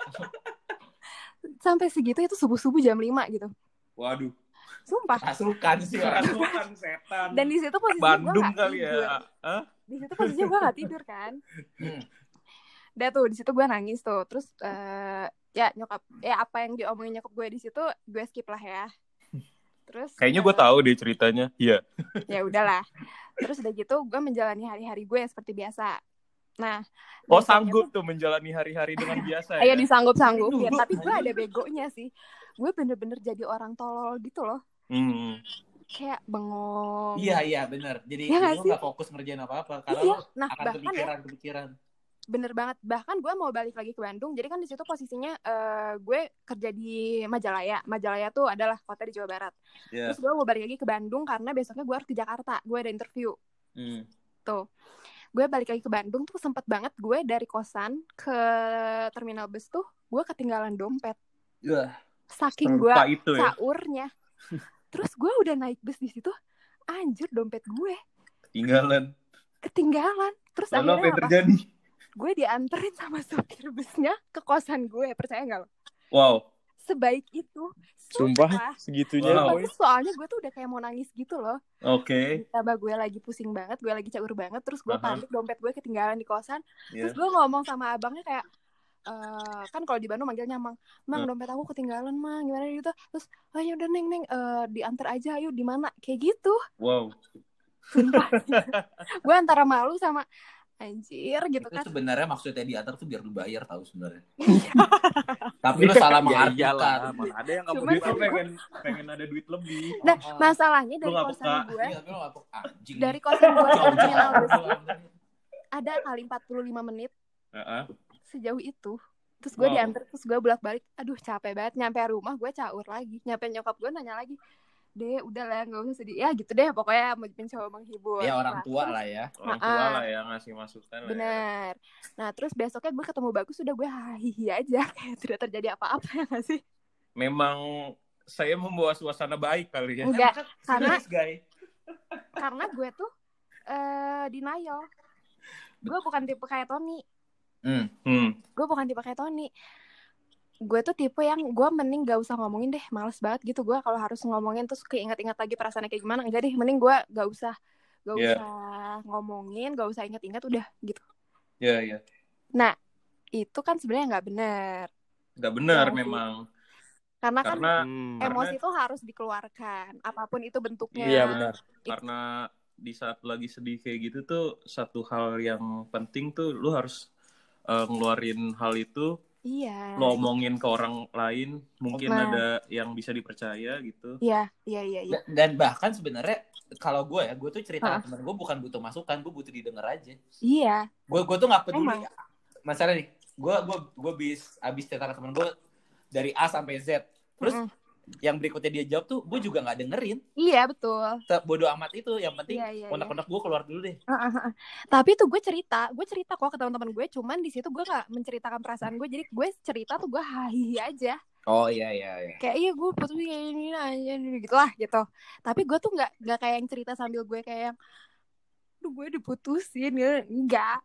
Sampai segitu, itu subuh-subuh jam lima gitu. Waduh, Sumpah. Rasukan sih orang. kerasukan setan. Dan di situ posisinya gue Bandung gak kali tidur. ya. Hah? Di situ posisinya gue gak tidur kan. Hmm. Udah tuh, di situ gue nangis tuh. Terus eh, ya nyokap, ya apa yang diomongin nyokap gue di situ gue skip lah ya. Terus Kayaknya gue tahu deh ceritanya. Iya. ya udahlah. Terus udah gitu gue menjalani hari-hari gue seperti biasa. Nah, Oh, besoknya sanggup tuh- tuh menjalani hari-hari dengan biasa Ayo ya. disanggup-sanggupin. Tapi gue ada begonya sih. Gue bener-bener jadi orang tolol gitu loh. Hmm. Kayak bengong. Iya iya benar. Jadi Iya jadi nggak lu sih? nggak fokus ngerjain apa-apa karena Iya. lu Nah, akan bahkan ya, kepikiran kepikiran. bener banget. Bahkan gue mau balik lagi ke Bandung. Jadi kan di situ posisinya eh, gue kerja di Majalaya. Majalaya tuh adalah kota di Jawa Barat. Yeah. Terus gue mau balik lagi ke Bandung karena besoknya gue harus ke Jakarta. Gue ada interview. Hmm. Tuh. Gue balik lagi ke Bandung tuh sempet banget gue dari kosan ke terminal bus tuh gue ketinggalan dompet. Wah. Saking gue Serupa itu ya. saurnya. Terus gue udah naik bus di situ, anjir dompet gue Ketinggalan. ketinggalan. Terus Lalu apa akhirnya yang apa? terjadi? Gue dianterin sama supir busnya ke kosan gue, percaya nggak lo? Wow. Sebaik itu. Sumpah segitunya. Wow. Terus soalnya gue tuh udah kayak mau nangis gitu loh. Oke. Ditambah gue lagi pusing banget, gue lagi caur banget. Terus gue Aha. panik, dompet gue ketinggalan di kosan. Yeah. Terus gue ngomong sama abangnya kayak, e, kan kalau di Bandung manggilnya Mang, Mang Hmm. dompet aku ketinggalan Mang, gimana gitu. Terus, ayo udah Neng, Neng, uh, diantar aja, ayo di mana? Kayak gitu. Wow. Sumpah. Gue antara malu sama anjir gitu Itu kan. sebenarnya maksudnya diantar tuh biar lu bayar tahu sebenarnya. Iya. Tapi lu salah Ya iyalah, mengartikan. mana ada yang nggak mau Cuman Dia duit. tuh pengen pengen ada duit lebih. Nah, Oh, oh. masalahnya Lu dari nggak kosan peka. gue, Iya, tapi lu nggak peka. Anjing. dari kosan gue ke Jauh terminal jauh. bus ada kali empat puluh lima menit Heeh. sejauh itu. Terus gue Wow. diantar, terus gue bolak-balik. Aduh, capek banget. Nyampe rumah gue caur lagi. Nyampe nyokap gue nanya lagi, Deh, udah lah, gak usah sedih. Ya gitu deh, pokoknya mencoba menghibur. Ya orang Nah, tua terus- lah ya. Orang Ah, tua ah. lah ya ngasih masukan lah ya. Bener. Nah, terus besoknya gue ketemu Bagus, udah gue hahihi aja. Kayak tidak terjadi apa-apa ya gak sih? Memang saya membawa suasana baik kali ya. Enggak, Emang kan karena serius, guys. karena gue tuh eh denial. Gue bukan tipe kayak Tony. Hmm. Hmm. Gue bukan tipe kayak Tony. Gue tuh tipe yang gue mending gak usah ngomongin deh, males banget gitu gue kalau harus ngomongin terus keinget-inget lagi perasaannya kayak gimana. Enggak deh, mending gue gak usah gak Yeah. usah ngomongin, gak usah inget-inget, udah gitu. Ya ya. Nah, itu kan sebenarnya nggak benar. Gak benar Iya sih. memang. Karena kan Karena Hmm. emosi itu harus dikeluarkan, apapun itu bentuknya. Iya benar. karena di saat lagi sedih kayak gitu tuh satu hal yang penting tuh lu harus uh, ngeluarin hal itu, Iya. lu omongin ke orang lain, mungkin Nah. ada yang bisa dipercaya gitu. Iya, iya, iya, iya. Dan, dan bahkan sebenarnya kalau gue ya, gue tuh cerita Hah? ke temen gue bukan butuh masukan, gue butuh didengar aja. Iya. Gue gue tuh nggak peduli. Emang. Masalah nih, gue gue gue bis abis cerita ke temen gue dari A sampai Z. Terus Mm-mm. yang berikutnya dia jawab tuh gue juga nggak dengerin. Iya, betul. Bodoh amat itu. Yang penting Iya, iya, konak-konak gue keluar dulu deh. Tapi tuh gue cerita, gue cerita kok ke teman-teman gue, cuman di situ gue nggak menceritakan perasaan gue, jadi gue cerita tuh gue hahihi aja. Oh iya iya iya. Kayak iya gue putus kayak ini aja gitu lah gitu. Tapi gue tuh nggak nggak kayak yang cerita sambil gue kayak yang, duh gue diputusin ya, enggak.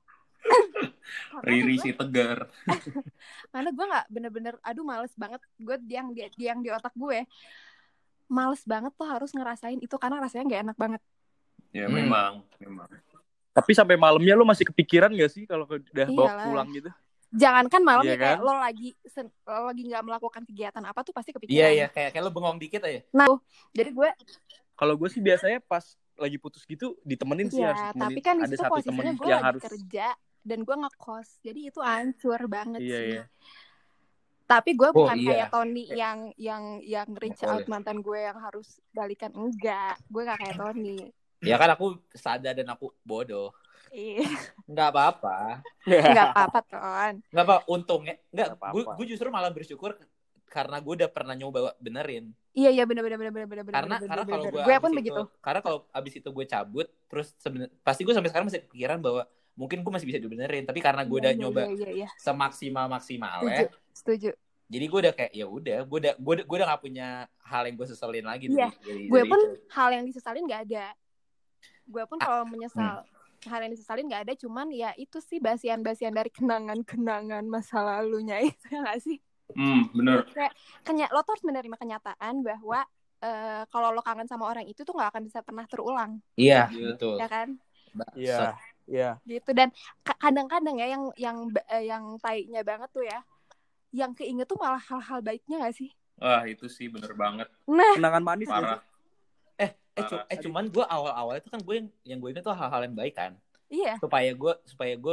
Riri si tegar. Karena gue nggak bener-bener, aduh males banget. Gue yang di yang di otak gue, males banget tuh harus ngerasain itu karena rasanya nggak enak banget. Ya Hmm. memang, memang. Tapi sampai malamnya lu masih kepikiran gak sih kalau udah bawa Iyalah. pulang gitu? Jangankan malam Iya ya, kayak kan? lo lagi sen- lo lagi nggak melakukan kegiatan apa tuh pasti kepikiran. Iya iya kayak kayak lu bengong dikit aja. Jadi gue, Kalau gue sih biasanya pas lagi putus gitu ditemenin sih harus ya ditemenin. tapi kan di Ada situ satu temen posisinya gue yang lagi harus kerja dan gue ngekos, jadi itu hancur banget Iya, sih. iya. Tapi gue Oh, bukan iya. kayak Tony yang yang yang reach Boleh. out mantan gue yang harus balikan, enggak. Gue nggak kayak Tony. Ya kan aku sadar dan aku bodoh. Ih, Nggak apa-apa. nggak apa-apa Ton. Nggak apa untungnya. Nggak, Nggak apa-apa. gue gue justru malah bersyukur karena gue udah pernah nyoba benerin. Iya iya benar benar benar benar benar. Karena benar, karena benar, kalau benar. gue gue abis pun itu, begitu. karena kalau abis itu gue cabut terus seben- pasti gue sampai sekarang masih kepikiran bahwa mungkin gue masih bisa dibenerin, tapi karena gue Iya, udah iya, nyoba Iya iya iya. semaksimal Setuju maksimalnya, setuju. jadi gue udah kayak ya udah, gue udah gue udah, gue udah gak punya hal yang gue seselin lagi. Iya, dari- dari- Gue dari pun itu. hal yang disesalin nggak ada. Gue pun Ah, kalau menyesal hal yang disesalin nggak ada, cuman ya itu sih basian-basian dari kenangan-kenangan masa lalunya itu ya nggak sih? Hmm, bener. Kayak kenya lo tuh harus menerima kenyataan bahwa eh, kalau lo kangen sama orang itu tuh nggak akan bisa pernah terulang, Iya Iya. betul. ya kan? Iya, iya. Gitu. Dan ka- kadang-kadang ya yang yang ba- eh, yang tainya banget tuh ya, yang keinget tuh malah hal-hal baiknya nggak sih? Wah, itu sih bener banget. Nah, Kenangan manis gak Parah. sih? Eh eh, cu- Parah. eh cuman gue awal-awal itu kan gue yang yang gue ingat tuh hal-hal yang baik kan, iya. supaya gue supaya gue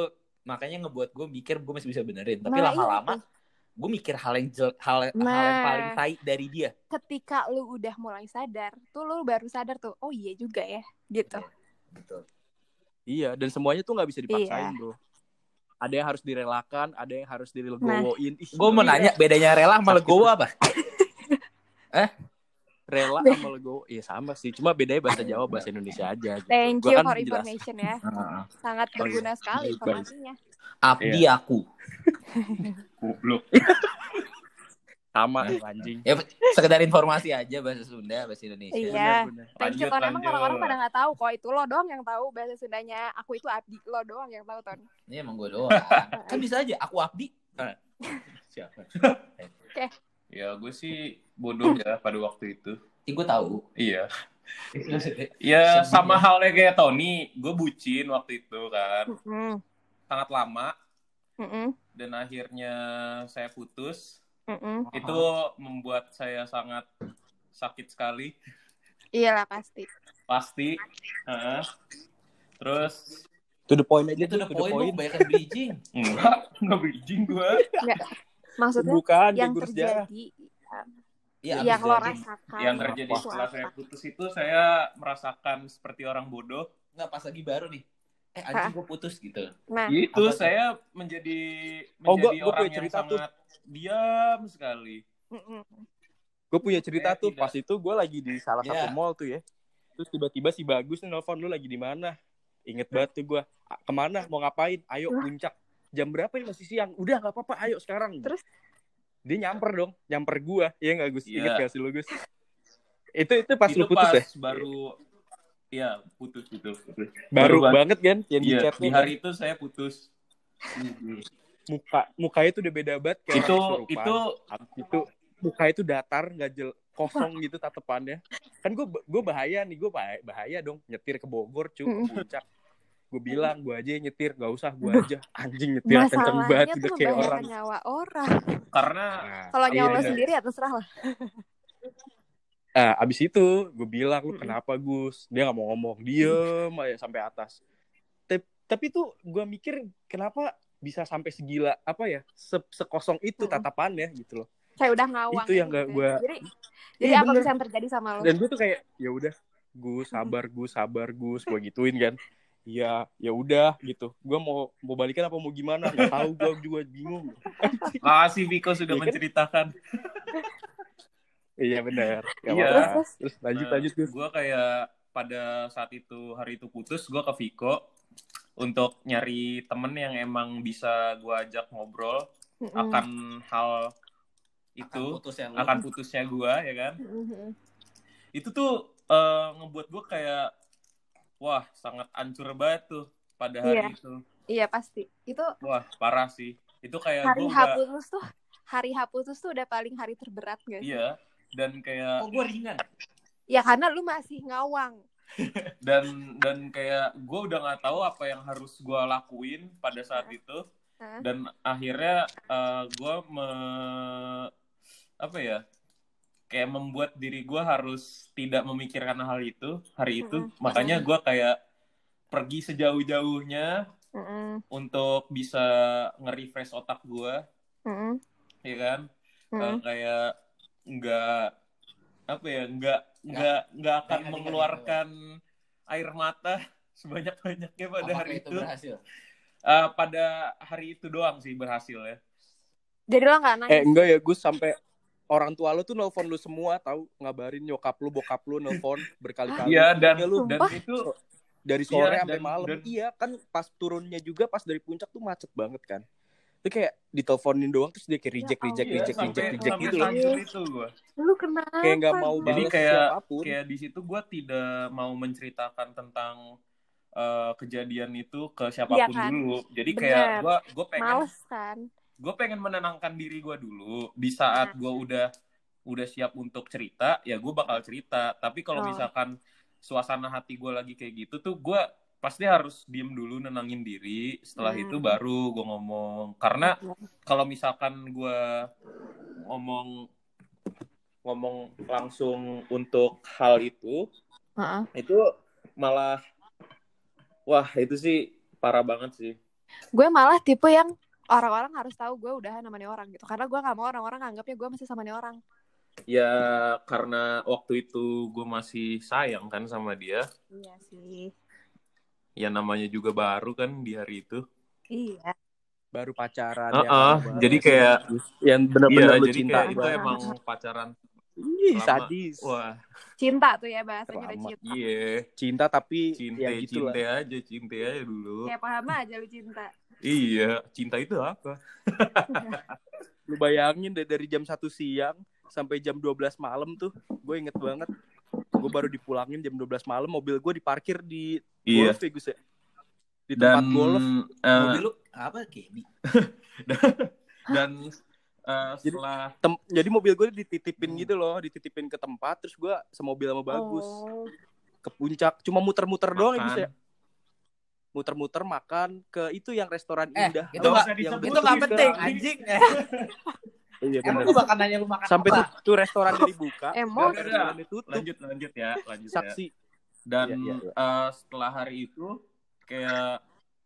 makanya ngebuat gue mikir gue masih bisa benerin. Tapi Nah, lama-lama iya tuh. gue mikir hal yang jel, hal, hal yang Nah. paling tai dari dia. Ketika lu udah mulai sadar, tuh lu baru sadar tuh, oh iya juga ya, gitu. Betul. Iya, dan semuanya tuh nggak bisa dipaksain, Iya. bro. Ada yang harus direlakan, ada yang harus dilegowoin. Ih, Gue mau nanya bedanya rela sama legowo apa? rela sama legowo, iya sama sih. Cuma bedanya bahasa Jawa, bahasa Indonesia aja. Gitu. Thank Gua you kan for jelas. information ya. Sangat berguna sekali informasinya. Abdi Iya. aku. Goblok. Sama anjing. Ya sekedar informasi aja bahasa Sunda, bahasa Indonesia. Iya. Benar-benar. Thank you, Lanjut, Ton. Emang lanjut. orang-orang pada nggak tahu kok, itu lo doang yang tahu bahasa Sundanya. Aku itu Abdi, lo doang yang tahu, Ton. Ini emang gue doang. Kan bisa aja aku Abdi. Nah, siapa? Ya gue sih bodoh ya pada waktu itu. Ini gue tahu. Iya. Ya sama halnya kayak Tony, gue bucin waktu itu kan. Mm-mm. Sangat lama. Mm-mm. Dan akhirnya saya putus. Mm-mm. Itu membuat saya sangat sakit sekali. Iyalah pasti. Pasti. Heeh. Terus To the point aja Itu tuh, udah to the poin lu point. kebanyakan bridging. enggak, enggak bridging gue. Nggak. Maksudnya Bukan, yang kayak guru sejarah. terjadi, Iya, yang abis lo jadi. rasakan. Yang terjadi itu setelah apa? saya putus itu saya merasakan seperti orang bodoh. Nggak, pas lagi baru nih. Eh anjing gue putus gitu. Nah, Itu Apa tuh? saya menjadi Oh, gua- menjadi gua orang punya yang cerita tuh. sangat diam sekali. mm-mm. Gue punya cerita Saya tuh, tidak- pas itu gue lagi di salah Iya. satu mall tuh ya. Terus tiba-tiba si Bagus nih nelfon, lu lagi di mana? Inget banget tuh gue. Kemana? Mau ngapain? Ayo Hah? puncak. Jam berapa ini masih siang? Udah gak apa-apa, ayo sekarang. Terus? Dia nyamper dong, nyamper gue. Iya gak Gus? Iya. Inget gak sih lu Gus? Itu itu pas itu lu putus pas ya? baru ya putus itu. Baru, banget. banget kan? Yang di Iya, chatnya di hari itu saya putus. muka mukanya tuh udah beda banget kayak Itu orang kesurupan. itu Habis itu muka itu datar nggak jel kosong gitu tatapannya. Kan gue gue bahaya nih, gue bahaya, bahaya dong nyetir ke Bogor cu, ke puncak. Gue bilang gue aja yang nyetir, nggak usah gue aja. Anjing nyetir kenceng banget Masalahnya udah tuh kayak orang. membahayakan nyawa orang. karena Nah, Kalau iya nyawa lo bener. sendiri ya terserah lah. Ah, abis itu gue bilang lu Mm-mm. kenapa Gus? Dia nggak mau ngomong, diem aja sampai atas. Tapi, tapi tuh gue mikir kenapa bisa sampai segila apa ya se- sekosong itu Mm-mm. tatapannya gitu loh. Kayak udah ngawang. Itu yang gitu nggak ya. gua- Jadi, jadi Iya, apa bener. bisa yang terjadi sama lo? Dan gue tuh kayak ya udah Gus sabar Gus sabar Gus gue gituin kan. Iya, ya udah gitu. Gue mau mau balikan apa mau gimana? Nggak tahu, gue juga bingung. makasih Viko sudah Iya kan? menceritakan. Iya benar. Nggak Iya. apa-apa. Terus, Terus lanjut Nah, lanjut Gus. gue kayak pada saat itu hari itu putus, gue ke Viko untuk nyari temen yang emang bisa gue ajak ngobrol mm-mm. akan hal Akan itu, putusnya lu. akan putusnya gue ya kan. Mm-mm. Itu tuh eh, ngebuat gue kayak wah sangat hancur banget tuh pada hari Iya. itu. Iya pasti. Itu Wah parah sih. Itu kayak hari gue H udah putus tuh, hari H putus tuh udah paling hari terberat gak sih? iya dan kayak Oh gue ringan. Ya karena lu masih ngawang. dan dan kayak gue udah nggak tahu apa yang harus gue lakuin pada saat itu. Hah? Dan akhirnya uh, gue me apa ya kayak membuat diri gue harus tidak memikirkan hal itu hari itu. Mm-mm. Makanya gue kayak pergi sejauh-jauhnya Mm-mm. untuk bisa nge-refresh otak gue, Mm-mm. ya kan? Mm-mm. Uh, kayak nggak apa ya nggak nggak nggak akan nggak mengeluarkan air mata sebanyak-banyaknya pada Apakah hari itu itu. berhasil? Uh, pada hari itu doang sih berhasil ya. Jadi lo gak nangis? Eh enggak ya Gus, sampai orang tua lu tuh nelfon lu semua tahu, ngabarin nyokap lu bokap lu nelfon berkali-kali. Iya dan Iya, lu dan Sumpah? itu dari sore Iya, sampai dan- malam. dan- Iya kan pas turunnya juga pas dari puncak tuh macet banget kan. Itu kayak diteleponin doang terus dia kayak reject Ya reject iya, reject sampai reject reject sampai gitu loh. hancur itu gue. Lu kenapa? Kayak nggak mau Gus? Jadi balas kayak siapapun. kayak di situ gue tidak mau menceritakan tentang uh, kejadian itu ke siapapun Iya kan? dulu. Jadi Bener. kayak gue gue pengen Males kan? gue pengen menenangkan diri gue dulu. Di saat gue udah udah siap untuk cerita, ya gue bakal cerita. Tapi kalau Oh. misalkan suasana hati gue lagi kayak gitu tuh, gue pasti harus diem dulu, nenangin diri. Setelah Hmm. itu baru gue ngomong. Karena kalau misalkan gue ngomong ngomong langsung untuk hal itu, Heeh. itu malah wah itu sih parah banget sih. Gue malah tipe yang orang-orang harus tahu gue udahan sama nih orang gitu. Karena gue gak mau orang-orang anggapnya gue masih sama nih orang. Ya karena waktu itu gue masih sayang kan sama dia. Iya sih. Ya namanya juga baru kan di hari itu. Iya. Baru pacaran Uh yang -uh, lama jadi banget. kayak yang benar-benar iya, lu jadi cinta kayak itu banget. emang pacaran Ih, lama. sadis. Wah, Cinta tuh ya bahasanya udah Lama. cinta. iya. Cinta tapi Cinte, ya gitu cinte lah. aja, cinte aja dulu. Kayak paham aja lu cinta. Iya, cinta itu apa? Lu bayangin deh dari jam satu siang sampai jam dua belas malam tuh. Gue inget banget. Gue baru dipulangin jam dua belas malam, mobil gue diparkir di Iya. golf ya Gus ya. Di tempat Dan golf. uh, Mobil lu apa Kebi? dan uh, setelah Tem- jadi mobil gue dititipin gitu loh, dititipin ke tempat, terus gue semobil sama Bagus Oh. ke puncak, cuma muter-muter doang ya Gus makan, ya. Muter-muter makan ke itu yang restoran Eh, Indah. itu Tau nggak yang itu dekat nggak Twitter. penting anjing. Iya Emang bener. gue bakal nanya lu makan Sampai apa? tuh, tuh restoran udah dibuka, Emosi. Udah, restoran ditutup. lanjut lanjut ya, lanjut ya. Saksi. Dan Iya, iya, iya. uh, setelah hari itu kayak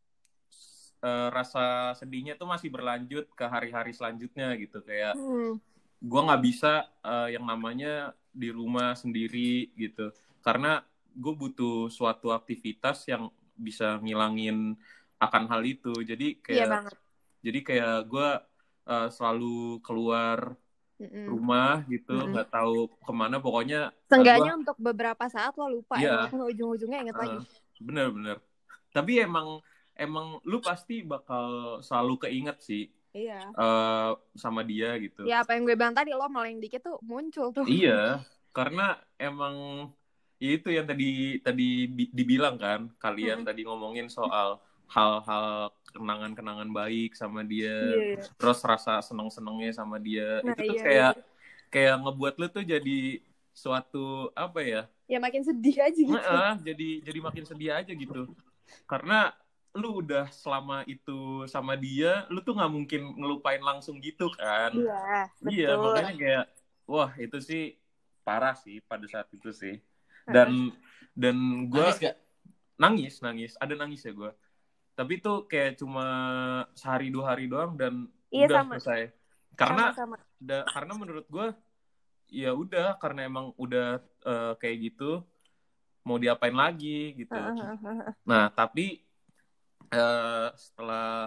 uh, rasa sedihnya tuh masih berlanjut ke hari-hari selanjutnya gitu, kayak Hmm. gue nggak bisa uh, yang namanya di rumah sendiri gitu, karena gue butuh suatu aktivitas yang bisa ngilangin akan hal itu. Jadi Iya kayak banget. jadi kayak gue uh, selalu keluar Mm-mm. rumah gitu, Mm-mm. nggak tahu kemana, pokoknya uh, Seenggaknya gua- untuk beberapa saat lo lupa Iya. ya, walaupun ujung-ujungnya inget lagi. uh, bener-bener. Tapi emang emang lu pasti bakal selalu keinget sih Iya. uh, sama dia gitu. Ya apa yang gue bilang tadi, lo meleng dikit tuh muncul tuh. Iya, karena emang ya itu yang tadi tadi bi- dibilang kan, kalian Hmm. tadi ngomongin soal hal-hal kenangan-kenangan baik sama dia, Iya. terus rasa seneng-senengnya sama dia, Nah, itu tuh iya, kayak iya. kayak ngebuat lu tuh jadi suatu apa ya? Ya makin sedih aja gitu. Nge- jadi jadi makin sedih aja gitu. Karena lu udah selama itu sama dia, lu tuh nggak mungkin ngelupain langsung gitu kan. Iya, betul. Iya, makanya kayak wah itu sih parah sih pada saat itu sih. Dan dan gue Nangis gak? nangis, nangis, ada nangis ya gue. Tapi itu kayak cuma sehari dua hari doang dan Iya, udah sama. selesai. Karena Sama-sama. da- karena menurut gue ya udah, karena emang udah eh, kayak gitu, mau diapain lagi gitu. Nah tapi eh, setelah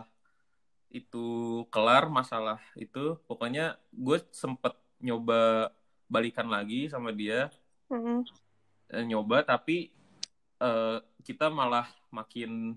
itu kelar masalah itu, pokoknya gue sempet nyoba balikan lagi sama dia, Mm-mm. eh, nyoba tapi eh, kita malah makin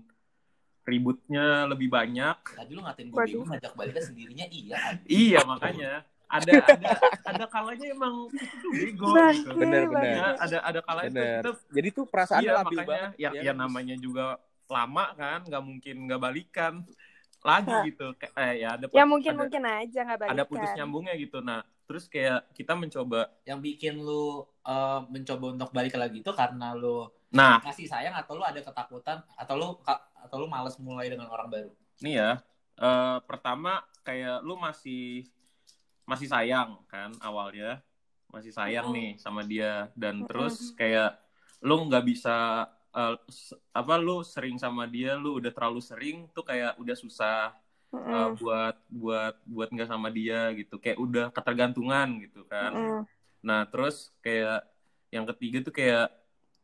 ributnya lebih banyak. Tadi lu ngatain gue Waduh. bingung ngajak balikan sendirinya iya. Iya, makanya ada ada ada kalanya emang itu tuh bego gitu. Bener, bener. Ya, ada ada kalanya tuh Bener. kita Jadi tuh perasaan iya, labil makanya banget. ya, ya namanya juga lama kan, nggak mungkin nggak balikan lagi Hah. gitu. Kayak eh, ya ada Ya ada, mungkin-mungkin aja nggak balikan. ada putus nyambungnya gitu. Nah terus kayak kita mencoba, Yang bikin lu eh, mencoba untuk balik lagi itu karena lu nah ngasih sayang atau lu ada ketakutan atau lu atau lu malas mulai dengan orang baru? nih ya, eh, pertama kayak lu masih masih sayang kan awalnya, masih sayang Mm-mm. nih sama dia, dan Mm-mm. terus kayak lu nggak bisa eh, s- apa lu sering sama dia, lu udah terlalu sering tuh kayak udah susah eh, Mm-mm. buat buat buat nggak sama dia gitu, kayak udah ketergantungan gitu kan. Mm-mm. Nah terus kayak yang ketiga tuh kayak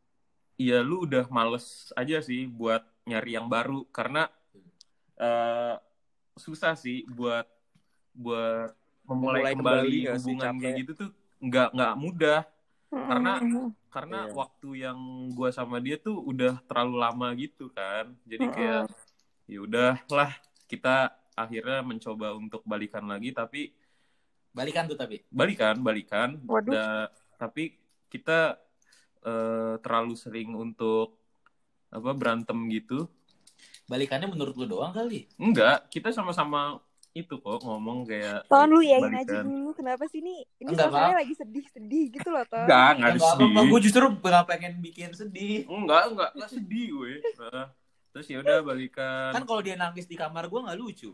ya lu udah males aja sih buat nyari yang baru, karena eh, susah sih buat buat memulai Memulai kembali, kembali nggak sih, hubungan capek. kayak gitu tuh nggak nggak mudah, karena Mm-mm. karena Iya. waktu yang gua sama dia tuh udah terlalu lama gitu kan, jadi kayak ya udahlah, kita akhirnya mencoba untuk balikan lagi, tapi Balikan tuh tapi. balikan balikan Waduh. Da- tapi kita eh, terlalu sering untuk apa berantem gitu. Balikannya menurut lu doang kali. Enggak, kita sama-sama itu kok ngomong kayak Ton, lu yain balikan. aja dulu. Kenapa sih ini? Ini Enggak, suasananya Bang. lagi sedih-sedih gitu loh, Ton. Enggak, enggak ada Enggak sedih. apa-apa, gue justru nggak pengen bikin sedih. Enggak, enggak, enggak sedih gue. Nah, terus ya udah balikan. Kan kalau dia nangis di kamar gue nggak lucu.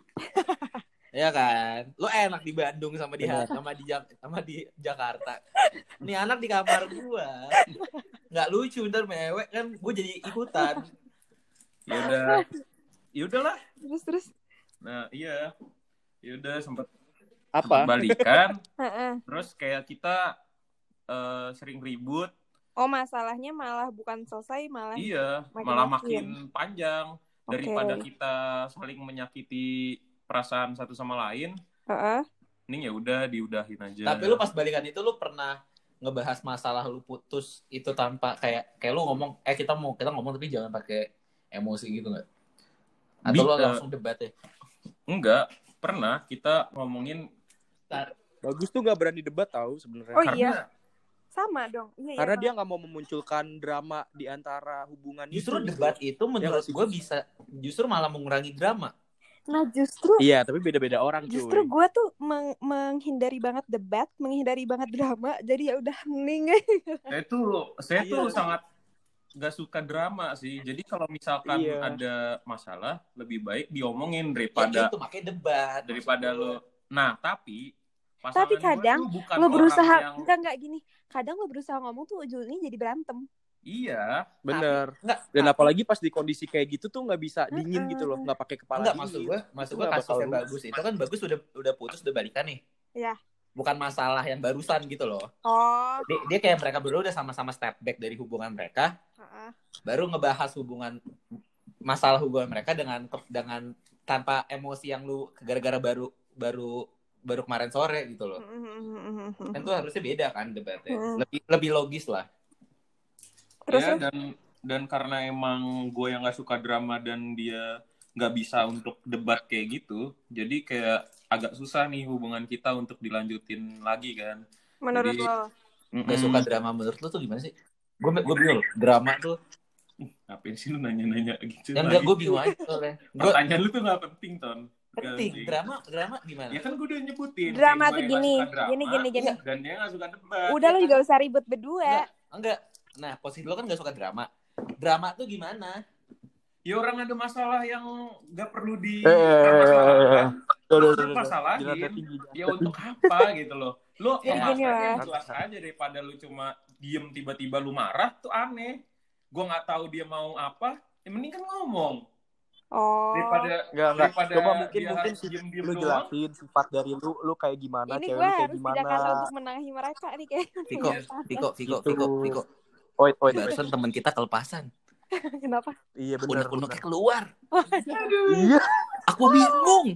Ya kan, lu enak di Bandung sama di Benar. sama di Jak- sama di Jakarta. Nih anak di kamar gue nggak lucu, ntar mewek kan gue jadi ikutan. Ya udah. ya udahlah. Terus terus. Nah iya, ya udah sempet Apa? balikan. Heeh. Terus kayak kita uh, sering ribut. Oh masalahnya malah bukan selesai malah. Iya, makin malah makin. makin panjang daripada Oke. kita saling menyakiti perasaan satu sama lain. Heeh. Ini ya udah diudahin aja. Tapi lu pas balikan itu lu pernah ngebahas masalah lu putus itu tanpa kayak kayak lu ngomong eh kita mau kita ngomong tapi jangan pakai emosi gitu nggak? Atau Bi- lu uh, langsung debat ya? Enggak, pernah kita ngomongin Bagus tuh nggak berani debat tahu sebenarnya. Oh karena iya. Sama dong. Iya, Karena iya, dia nggak mau memunculkan drama di antara hubungan Justru itu. debat itu menurut Ya, gue bisa justru malah mengurangi drama. Nah justru Iya, tapi beda-beda orang cuy. justru gue tuh meng- menghindari banget debat, menghindari banget drama. Jadi ya udah mending. saya tuh saya tuh Iya. sangat gak suka drama sih. Jadi kalau misalkan Iya. ada masalah, lebih baik diomongin Ya, daripada itu makanya debat. daripada maksud lo. gua. Nah, tapi pasangan Tapi gue kadang tuh bukan lo orang berusaha yang enggak enggak gini. Kadang lo berusaha ngomong tuh ujungnya jadi berantem. iya. Bener. Tapi, enggak, Dan tapi- apalagi pas di kondisi kayak gitu tuh nggak bisa dingin gitu loh, nggak pakai kepala enggak dingin. maksud gue maksud Itu gue nggak kasusnya bakal bagus itu kan bagus udah udah putus udah balikan nih. Iya. Bukan masalah yang barusan gitu loh. Oh. Dia, dia kayak mereka berdua udah sama-sama step back dari hubungan mereka, Heeh. baru ngebahas hubungan masalah hubungan mereka dengan dengan tanpa emosi yang lu gara-gara baru baru baru kemarin sore gitu loh. Kan tuh harusnya beda kan debatnya. Hmm. Lebih lebih logis lah. Terus Ya, terus? dan dan karena emang gue yang gak suka drama dan dia gak bisa untuk debat kayak gitu, jadi kayak agak susah nih hubungan kita untuk dilanjutin lagi kan. Menurut Jadi- lo? Gak suka drama menurut lu tuh gimana sih? Gue gue bingung loh. Drama tuh Ngapain sih lu nanya-nanya gitu? yang lagi? enggak gue bingung aja soalnya. Gue Pertanyaan lu tuh gak penting, Ton. Gak penting drama drama gimana? Ya kan gue udah nyebutin. Drama kayak tuh gue yang gini, gak suka drama, gini gini gini. dan dia gak suka debat. Udah ya lo kan? juga usah ribut berdua. Enggak, enggak. Nah, posisi lo kan gak suka drama. Drama tuh gimana? Ya orang ada masalah yang gak perlu di Eh, eh, eh, permasalahan. Udah, udah, Terus udah. masalahin. Jelasnya tinggi. Ya untuk apa gitu loh. Lu Ya, ya, gini lah. jelas aja daripada lu cuma diem tiba-tiba lu marah tuh aneh. Gue nggak tahu dia mau apa, ya mending kan ngomong Oh. daripada Enggak, enggak. daripada Coba mungkin dia mungkin harus sih diem-diem lu doang. jelasin sifat dari lu, lu kayak gimana, Ini cewek gue lu kayak harus gimana. tidak kata untuk menengahi mereka nih kayak. Viko, Viko, Viko, Gitu. Viko, Viko. Oit, oit. Barusan temen kita kelepasan. Kenapa? Iya benar. Unek-uneknya keluar. Iya. Aku bingung.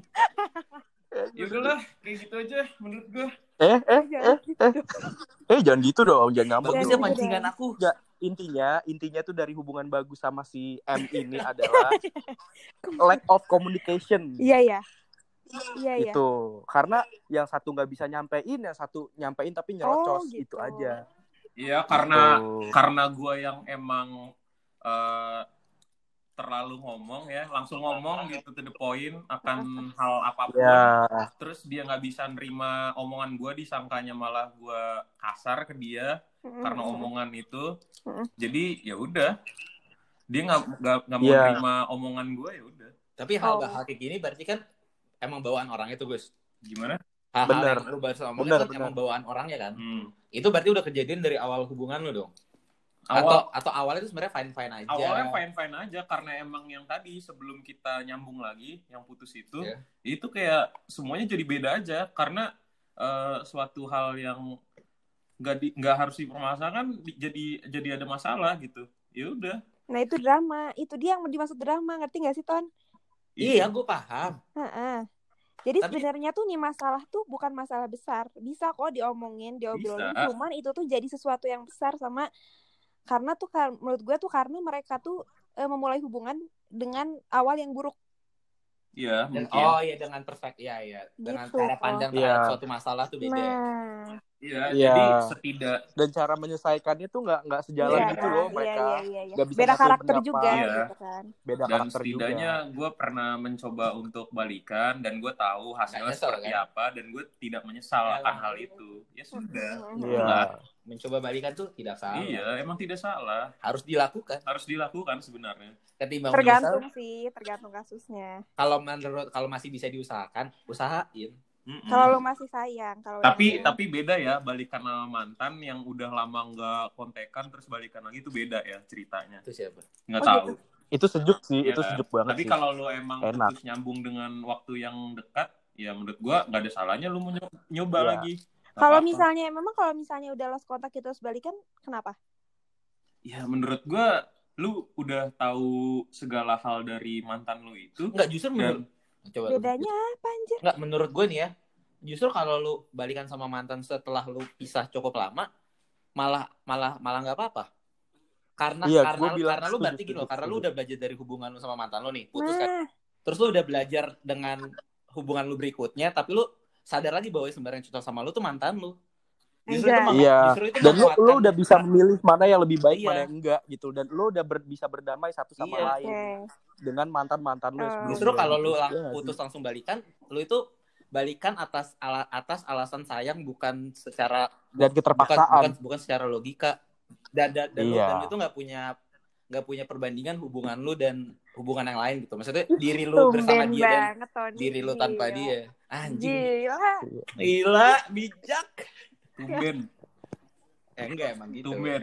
Ya udahlah, kayak gitu aja menurut gue. Eh, eh, Jangan eh, eh. Eh, jangan gitu dong, jangan ngambek. Bagusnya Jangan dong. pancingan aku. Enggak, intinya intinya tuh dari hubungan Bagus sama si M ini adalah lack of communication. Iya ya. Iya ya. Itu karena yang satu nggak bisa nyampein, yang satu nyampein tapi nyerocos. Oh, gitu. Itu aja. Iya karena Gitu. karena gue yang emang eh, terlalu ngomong ya, langsung ngomong gitu to the point akan hal apapun. Ya, Terus dia nggak bisa nerima omongan gue, disangkanya malah gue kasar ke dia karena omongan itu. Mm-mm. Jadi ya udah, dia nggak nggak nggak mau Iya. nerima omongan gue ya udah. Tapi hal Oh. hal kayak gini berarti kan emang bawaan orangnya tuh, Gus. Gimana? Hal-hal Bener. yang lu baru ngomongin Bener, kan bener. emang bawaan orangnya kan. Hmm. Itu berarti udah kejadian dari awal hubungan lu dong. Awal Atau atau awalnya itu sebenarnya fine fine aja. awalnya fine fine aja karena emang yang tadi sebelum kita nyambung lagi yang putus itu Iya. itu kayak semuanya jadi beda aja karena eh, suatu hal yang nggak di nggak harus dipermasalahkan di- jadi jadi ada masalah gitu. Ya udah. Nah itu drama, itu dia yang dimaksud drama, ngerti gak sih Ton? Iya, gue paham. Heeh. Jadi Tapi- sebenarnya tuh nih masalah tuh bukan masalah besar, bisa kok diomongin, diobrolin, Bisa. cuman itu tuh jadi sesuatu yang besar sama karena tuh kar- menurut gue tuh karena mereka tuh eh, memulai hubungan dengan awal yang buruk. Iya Dan, mungkin. oh iya dengan perfect ya ya dengan Gitu, cara pandang oh. terhadap Iya. suatu masalah tuh beda. Nah, Iya. Iya. Jadi setidak dan cara menyelesaikannya tuh nggak nggak sejalan iya, gitu loh iya, mereka. iya, iya, iya. Nggak bisa Beda nyatuin karakter pendapat. juga Iya. gitu kan. Beda dan karakter setidaknya juga. gue pernah mencoba untuk balikan dan gue tahu hasilnya Nggak nyesel, seperti kan? apa dan gue tidak menyesal Ya, akan lah. hal itu. Ya sudah. Iya. Lah. Mencoba balikan tuh tidak salah. Iya, emang tidak salah. Harus dilakukan. Harus dilakukan sebenarnya. Ketimbang Tergantung menyesal, sih, tergantung kasusnya. kalau menurut kalau masih bisa diusahakan, usahain. Mm-mm. Kalau lo masih sayang, kalau tapi udah- tapi beda ya balikan sama mantan yang udah lama nggak kontekan terus balikan lagi itu beda ya ceritanya. Itu siapa? Nggak Oh, tahu. gitu. Itu sejuk sih, Ya itu kan? sejuk banget Tapi sih. kalau lu emang Enak. putus nyambung dengan waktu yang dekat, ya menurut gua nggak ada salahnya lu mau nyoba, nyoba Iya. lagi. Nggak Kalau apa-apa. misalnya memang kalau misalnya udah lost kontak kita terus balikan, kenapa? Ya menurut gua lu udah tahu segala hal dari mantan lu itu. Enggak, justru menurut Dan coba Bedanya apa anjir? Enggak, menurut gue nih ya, justru kalau lu balikan sama mantan setelah lu pisah cukup lama, malah malah malah nggak apa-apa. Karena Iya, karena gua bilang karena lu setuju, berarti gini loh, setuju, karena lu setuju. udah belajar dari hubungan lu sama mantan lu nih, putus kan. Nah, Terus lu udah belajar dengan hubungan lu berikutnya, tapi lu sadar lagi bahwa sebenarnya yang cocok sama lu tuh mantan lu. Justru itu Anjay. mengu- Iya. justru itu Dan lu, lu menguatkan. udah bisa memilih mana yang lebih baik, Iya. mana yang enggak gitu. Dan lu udah ber- bisa berdamai satu sama Iya. lain oke. dengan mantan-mantan lu yang Oh. sebelumnya. Justru kalau lu Gitu. lang- Iya, putus sih. langsung balikan, lu itu balikan atas ala- atas alasan sayang, bukan secara Dan bukan keterpaksaan. bukan bukan secara logika. Dan dan, dan lu Iya. dan lu itu nggak punya nggak punya perbandingan hubungan lu dan hubungan yang lain gitu. Maksudnya diri lu bersama Tumben dia dan banget Tony. diri lu tanpa Gila. dia. Anjing. Gila. Gila, bijak. tumben, Eh enggak emang gitu. tumben.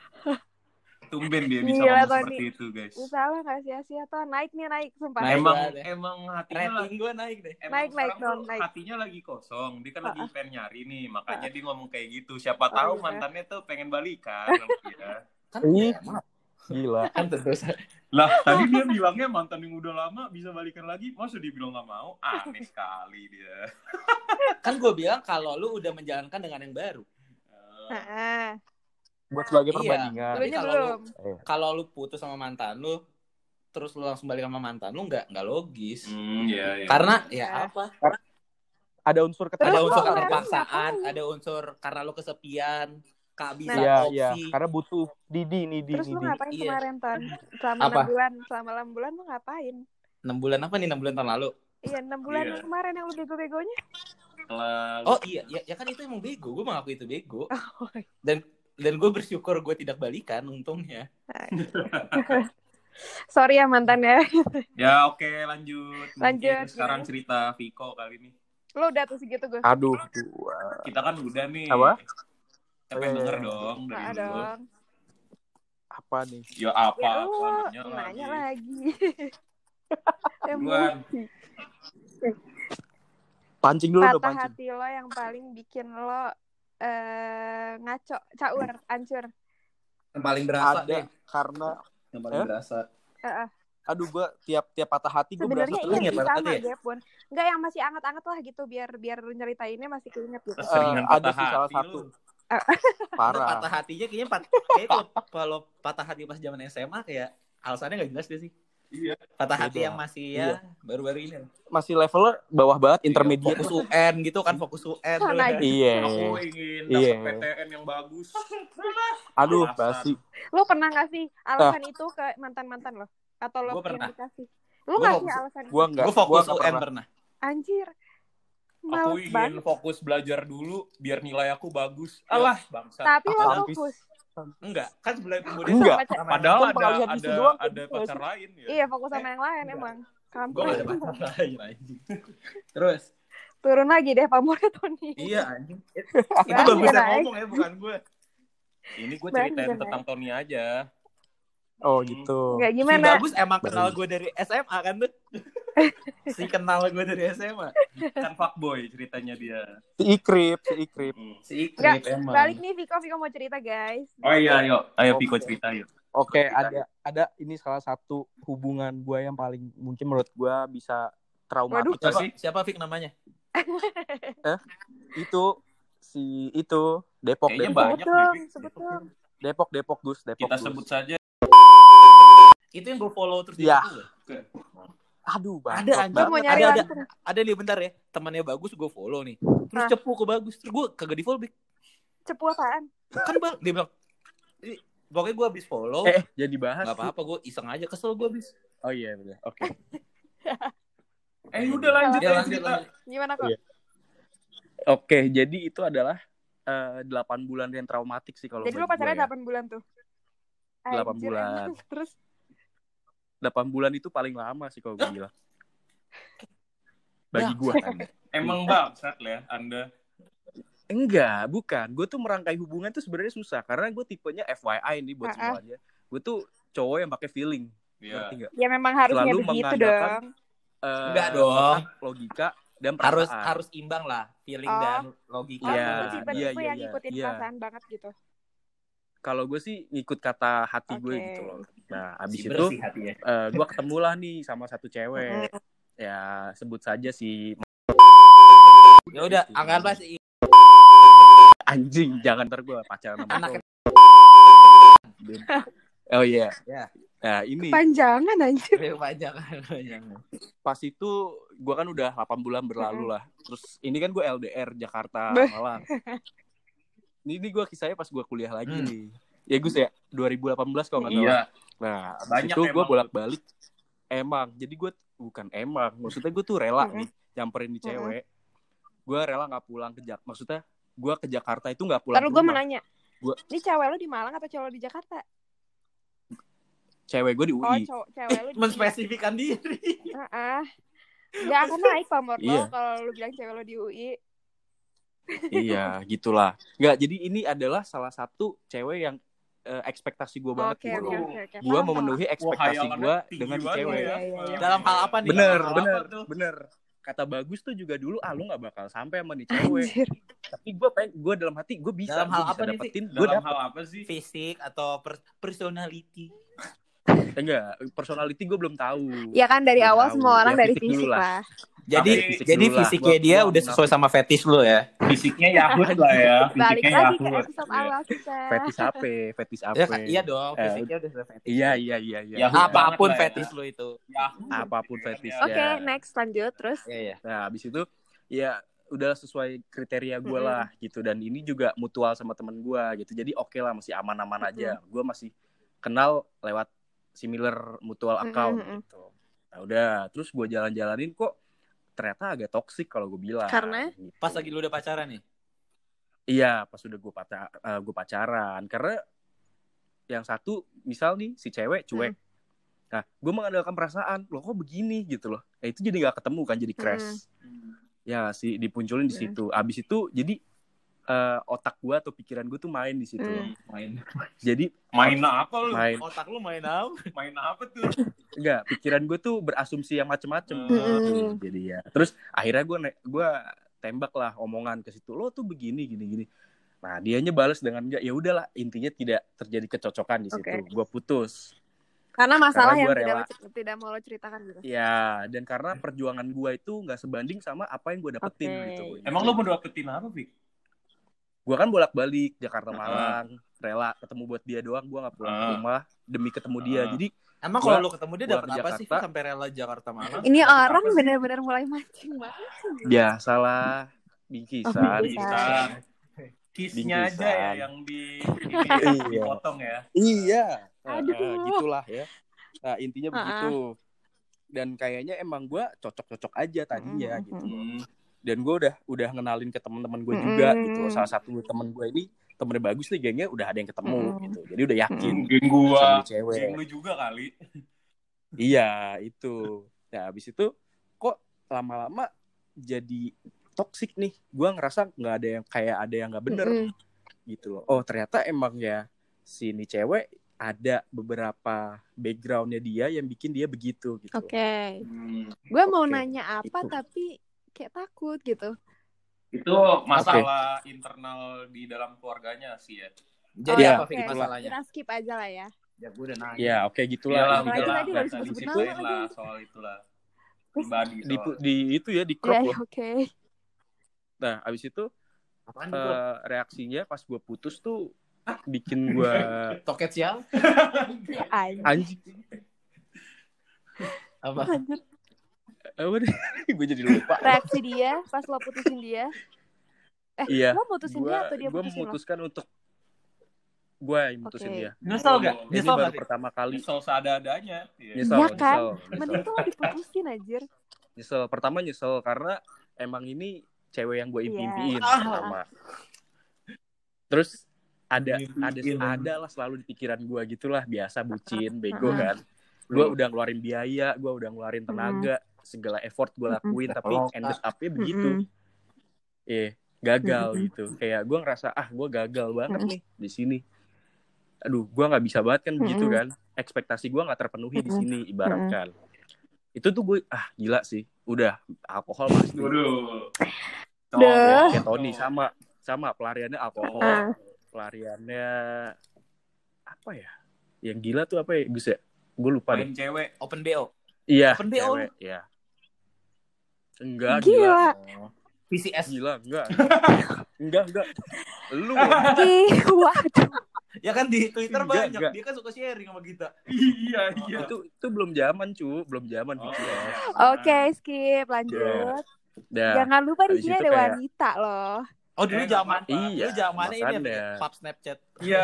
Tumben dia bisa Gila, ngomong Tony. seperti itu, guys. Usaha lo gak sia-sia tuh. Naik nih, naik. Sumpah. Naik Emang banget ya. emang hatinya Rating lagi gue naik deh. emang Naik, naik, sekarang Don, tuh naik. hatinya lagi kosong. Dia kan lagi Uh-uh. pengen nyari nih, makanya dia ngomong kayak gitu. Siapa Oh, tahu gitu. mantannya tuh pengen balikan sama dia. Kan Ih. emang Gila. kan terus. Lah, tadi dia bilangnya mantan yang udah lama bisa balikan lagi. Masa dia bilang nggak mau? Aneh sekali dia. Kan gue bilang kalau lu udah menjalankan dengan yang baru. Nah, Buat sebagai Iya. perbandingan. Tapi dulunya kalau belum. Eh, Kalau lu putus sama mantan lu, terus lu langsung balik sama mantan lu, nggak nggak logis. Hmm, iya, iya. Karena ya Iya. apa? ada unsur Terus Ada lu unsur kemarin keterpaksaan, ngapain? ada unsur karena lu kesepian, kehabisan Nah. Iya, iya. opsi. Karena butuh Didi, Nidi, Terus lu Nidi. ngapain Iya. kemarin, Ton? Selama Apa? enam bulan. Selama enam bulan lu ngapain? enam bulan apa nih? enam bulan tahun lalu. Iya, enam bulan Iya. yang kemarin yang lu bego-begonya. Setelah Oh iya, ya, ya kan itu emang bego. Gue mengaku itu bego. Oh, Dan dan gue bersyukur gue tidak balikan, untungnya. sorry ya mantan ya. ya oke lanjut. Lanjut, Mungkin sekarang gimana? cerita Viko kali ini. Lu udah tuh segitu gue. Aduh. Dua. Kita kan udah nih. Apa? Kita pengen Eh. denger dong dari Nah, lu. dong. Apa nih? Ya apa? Ya apa lu nanya nanya lagi. lagi. Buan. Pancing dulu dong, Patah pancing. hati lo yang paling bikin lo eh ngaco, caur, hancur. Yang paling berasa Ada deh. karena Yang paling Eh? berasa. Heeh. aduh gue tiap tiap patah hati gue berasa Sebenarnya terus iya ya, sih Pak, sama tadi ya? gue pun. Enggak yang masih anget-anget lah gitu biar biar nyeritainnya masih keinget gitu. Keseringan Eh, ada patah sih salah hati satu. lu. Karena Parah. patah hatinya kayaknya pat kayak kalau, kalau patah hati pas zaman S M A kayak alasannya nggak jelas deh sih. Iya. Patah hati Beda. yang masih Iya. ya baru-baru ini. Masih levelnya bawah banget, intermediate. Fokus U N gitu kan, fokus U N. Oh, tuh. nice. Iya. Aku ingin Iya. dapat P T N yang bagus. Aduh, Alasan. basi. Lo pernah nggak sih alasan itu ke mantan-mantan lo? Atau lo Gua pernah. yang dikasih? Lo Gua nggak fokus- sih alasan Gua itu? enggak. Gue fokus gua U N pernah. pernah. Anjir. Aku Males ingin banget. fokus belajar dulu biar nilai aku bagus. Alah, bangsa. Tapi lo Apaan, fokus. Enggak, kan sebulan kemudian Enggak. sama- sama- Padahal Kan ada pengalihan isu ada doang, ada gitu pacar sih. lain ya. Iya fokus sama yang lain enggak. emang. gue Kampret. gak ada pacar lain anjing. Terus Turun lagi deh pamornya Tony. iya anjing. Itu Bang, bagus yang naik. ngomong ya, bukan gue. Ini gue Bang, ceritain juga tentang Tony aja. Oh, gitu. Enggak Si gimana? Bagus emang kenal gue dari S M A kan tuh. Si kenal gue dari S M A. Kan fuckboy ceritanya dia. Si Ikrip, si Ikrip. Hmm. Si Enggak, Ikrip emang. balik nih Viko, Viko mau cerita guys. Oh iya, ayo, ayo Piko Oke. cerita yuk. Oke, ada ada ini salah satu hubungan gue yang paling mungkin menurut gue bisa traumatik. Waduh. Siapa, sih? siapa Fik namanya? Itu si itu Depok, Kayaknya Depok. banyak Sebut dong, nih. sebut dong. Depok, Depok Gus, Depok Kita Gus. sebut saja. Itu yang gue follow terus Iya. di situ. Aduh, Ada bangkrut anjing. Gue mau banget. nyari Ada, ada. langsung. Ada nih bentar ya. Temannya Bagus gue follow nih. Terus Hah? cepu ke Bagus. Terus gue kagak di follow Bik. Cepu apaan? Kan bang dia bilang "Ih, pokoknya gue habis follow. Eh, jadi bahas. Gak apa-apa, gue iseng aja, kesel gue habis. Oh iya, benar. Oke. Eh udah lanjut Ya, aja lanjut, cerita. lanjut. Gimana kok? Iya. Oke, jadi itu adalah eh, delapan bulan yang traumatik sih kalau Jadi lo bagi pacarnya gua ya. delapan bulan tuh? Delapan Anjir, bulan. emang. Terus delapan bulan itu paling lama sih kalau gue bilang. Bagi gue. Emang bangsat lah ya Anda. Enggak, bukan. Gue tuh merangkai hubungan tuh sebenarnya susah karena gue tipenya F Y I nih buat Ah, ah. semuanya. Gue tuh cowok yang pakai feeling. Iya. Ngerti nggak? Ya memang harusnya Selalu begitu mengandalkan, dong. Eh, Enggak dong. otak, logika dan perasaan. Harus harus imbang lah, feeling Oh. dan logika. Oh, Iya, lu tuh harus tipe-tipe imbang. iya, iya, yang iya, ngikutin iya. perasaan banget gitu. Kalau gue sih ngikut kata hati gue Oke. gitu loh. Nah, abis Si itu bersih hatinya. eh, gue ketemu lah nih sama satu cewek. Ya sebut saja si Ya udah, anggaplah si anjing, jangan ntar gue pacaran sama anak. lo. Oh iya. Ya. Nah ini Panjangan anjir. Kepanjangan, kepanjangan. pas itu gue kan udah delapan bulan berlalu lah. Terus ini kan gue L D R Jakarta Beh. Malang. Ini, ini gue kisahnya pas gue kuliah lagi Hmm. nih. Ya Gus ya, dua ribu delapan belas kalau nggak salah. Iya. Nah, abis Banyak itu gue emang. bolak-balik. Emang, jadi gue bukan emang. Maksudnya gue tuh rela Mm-mm. nih nyamperin di cewek. Gue rela nggak pulang ke Jak. Maksudnya gue ke Jakarta itu nggak pulang Lalu ke gue mau rumah. nanya. Gua- Ini cewek lu di Malang atau cewek lu di Jakarta? Cewek gue di U Oh, I. cowok cewek lu di Menspesifikkan diri. Heeh. Gak akan naik pamor lo Iya. kalau lu bilang cewek lu di U I. Iya, gitulah. Nggak, jadi ini adalah salah satu cewek yang eh, ekspektasi gue banget Oke, gitu oke, loh. oke, oke. Gue Paham, memenuhi Wah, ekspektasi hayalannya gue tinggi dengan banget cewek. Iya, ya. iya, iya. Dalam hal apa nih? Bener, Dalam hal bener, apa tuh? bener. Kata Bagus tuh juga dulu, ah lu gak bakal sampai sama nih paham. cewek. Anjir. Tapi gue pengen, gue dalam hati, gue bisa, Dalam hal gue bisa apa nih, dapetin, gue Dalam dapet. hal apa sih? Fisik atau per- personality? Enggak, personality gue belum tahu. Ya kan dari Belum awal tahu. semua orang Ya, dari fisik dulu fisik lah. lah. Jadi Tapi fisik jadi dulu lah. fisiknya Gua- dia gua udah sesuai sama fetish lo ya. Fisiknya Yahud lah ya. Balik Fisiknya lagi ke Yahud. episode Iya. awal kita. Fetis apa? Fetis apa? Ya, iya dong, Eh, fisiknya udah sesuai fetish. Iya, iya, iya, iya. Ya, Iya. Apapun banget lah ya. fetish lo itu. Yahud. Apapun Gitu kan fetish. ya. Oke, Ya. next lanjut terus. Iya, iya. Nah, habis itu ya udah sesuai kriteria gue Mm-mm. lah gitu, dan ini juga mutual sama temen gue gitu, jadi oke lah, masih aman-aman aja. Gue masih kenal lewat similar mutual account Mm-mm. gitu. Nah udah, terus gue jalan-jalanin kok ternyata agak toksik kalau gue bilang. Karena? gitu. Pas lagi lu udah pacaran nih. Iya, pas udah gue pacar, uh, gue pacaran, karena yang satu misal nih si cewek cuek. Mm. Nah, gue mengandalkan perasaan, loh kok begini gitu loh. Nah, itu jadi gak ketemu kan, jadi crash. Ya sih, dipunculin di Mm. situ. Abis itu jadi eh, otak gue atau pikiran gue tuh main di situ. Mm. Main Jadi main apa lu? main Otak lu main apa? Main apa tuh? enggak, pikiran gue tuh berasumsi yang macem-macem. Mm. gitu. Jadi ya. Terus akhirnya gue gue tembak lah omongan ke situ. Lo tuh begini gini gini. Nah, dianya balas dengan enggak, ya udahlah, intinya tidak terjadi kecocokan di situ. Oke. Gue putus. Karena masalah Karena yang gua tidak, rela. lu- tidak mau lo ceritakan gitu. Ya, dan karena perjuangan gue itu nggak sebanding sama apa yang gue dapetin Oke. gitu. Emang lu mau dapetin apa, Vic? Gue kan bolak-balik Jakarta Uh-huh. Malang, rela ketemu buat dia doang, gue nggak pulang ke Uh. rumah demi ketemu dia. Uh. Jadi Emang Gua kalau lu ketemu dia pulang dapat ke apa sih Jakarta. sampai rela Jakarta Malang? Ini Dapat orang apa sih? benar-benar mulai mancing banget. biasalah bingkisan. Oh, bingkisan. Kisnya Bingkisan. aja ya yang di Iya. dipotong ya. Iya. Aduh. Nah, gitulah ya. Nah, intinya Uh-uh. begitu. Dan kayaknya emang gue cocok-cocok aja tadinya Mm-mm. gitu. Hmm. Dan gue udah udah ngenalin ke teman-teman gue Mm-mm. juga gitu. Salah satu teman gue ini temennya Bagus nih, gengnya udah ada yang ketemu Mm-mm. gitu. Jadi udah yakin. Geng gua, sama cewek. geng lu juga kali. Iya, itu. Nah, habis itu kok lama-lama jadi toksik nih. Gua ngerasa nggak ada yang kayak ada yang nggak bener Mm-mm. gitu loh. Oh, ternyata emang ya si ini cewek ada beberapa backgroundnya dia yang bikin dia begitu gitu. Oke. Hmm. Gue mau Oke, nanya apa itu. tapi kayak takut gitu. Itu masalah internal di dalam keluarganya sih ya. Jadi Iya, apa Vicky oke. masalahnya? Kita skip aja lah ya. Ya gue udah nanya. Ya, oke gitulah. Iyalah, Apalagi udahlah, tadi nggak baru usah sebut-sebut disiplin nama lah lagi. soal itulah. Pribadi Di, soal. di itu ya di crop Ya, loh. oke. Nah, abis itu Apaan tuh, Bro? eh, reaksinya pas gue putus tuh bikin gue Toket sial? Ya, anjing. anjing. Apa? Apa deh? Gue jadi lupa. Reaksi dia pas lo putusin dia. Eh, Iya. lo mutusin dia atau dia Gue putusin lo? memutuskan untuk gue yang mutusin Oke. dia. Nyesel gak? Ini Nyesel baru gak? pertama kali. Nyesel seada-adanya. Iya. Nyesel, Iya kan? nyesel, Mending nyesel. tuh lo diputusin anjir. Nyesel. Pertama nyesel karena emang ini cewek yang gue Iya. impi-impiin Ah. pertama. Terus ada ada Impiin. ada lah selalu di pikiran gue gitulah, biasa bucin, bego Ah. kan. Gue udah ngeluarin biaya, gue udah ngeluarin tenaga, segala effort gue lakuin, tapi Oh, ended up-nya begitu. Mm-mm. Eh, gagal Mm-mm. gitu. Kayak gue ngerasa ah gue gagal banget Mm-mm. nih di sini. aduh gue nggak bisa banget kan begitu Mm-mm. kan, ekspektasi gue nggak terpenuhi di Mm-mm. sini ibaratkan. Itu tuh gue ah gila sih, udah alkohol pasti. Waduh. Duh. Kayak, kayak Tony sama sama pelariannya alkohol, Ah. pelariannya apa ya? Yang gila tuh apa ya bisa? Gue lupa deh. Main cewek. Open B O. Iya, Open B O. cewek, ya. Enggak, Gila. gila. P C S. Gila, enggak. Enggak, enggak. Lu. Gila. Ya kan di Twitter Enggak, banyak. enggak. Dia kan suka sharing sama kita. Iya, iya. Itu itu belum zaman, cu. Belum zaman Oh, gitu. iya. Oke, skip, lanjut. Dah. Jangan lupa di Habis sini itu ada kayak- wanita loh. Oh dulu Eh, zaman, nggak apa-apa. dulu Iya, zamannya ini makanya. ya, pub Snapchat. Iya.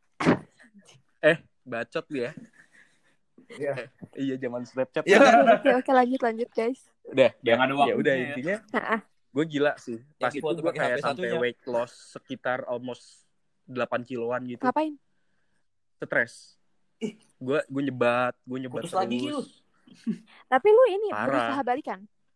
Eh, bacot dia. Iya. Eh, iya, zaman Snapchat. Iya. Oke, oke, oke, lanjut, lanjut guys. Udah, Yang ada ya waktunya udah ya. intinya Ah, gue gila sih. Pas Yang itu foto gue pakai kayak H P sampai satunya. weight loss sekitar almost delapan kiloan gitu. Ngapain? Stres. Gue gue nyebat, gue nyebat Putus lagi, terus. lu. Tapi lu ini Parah. berusaha balikan.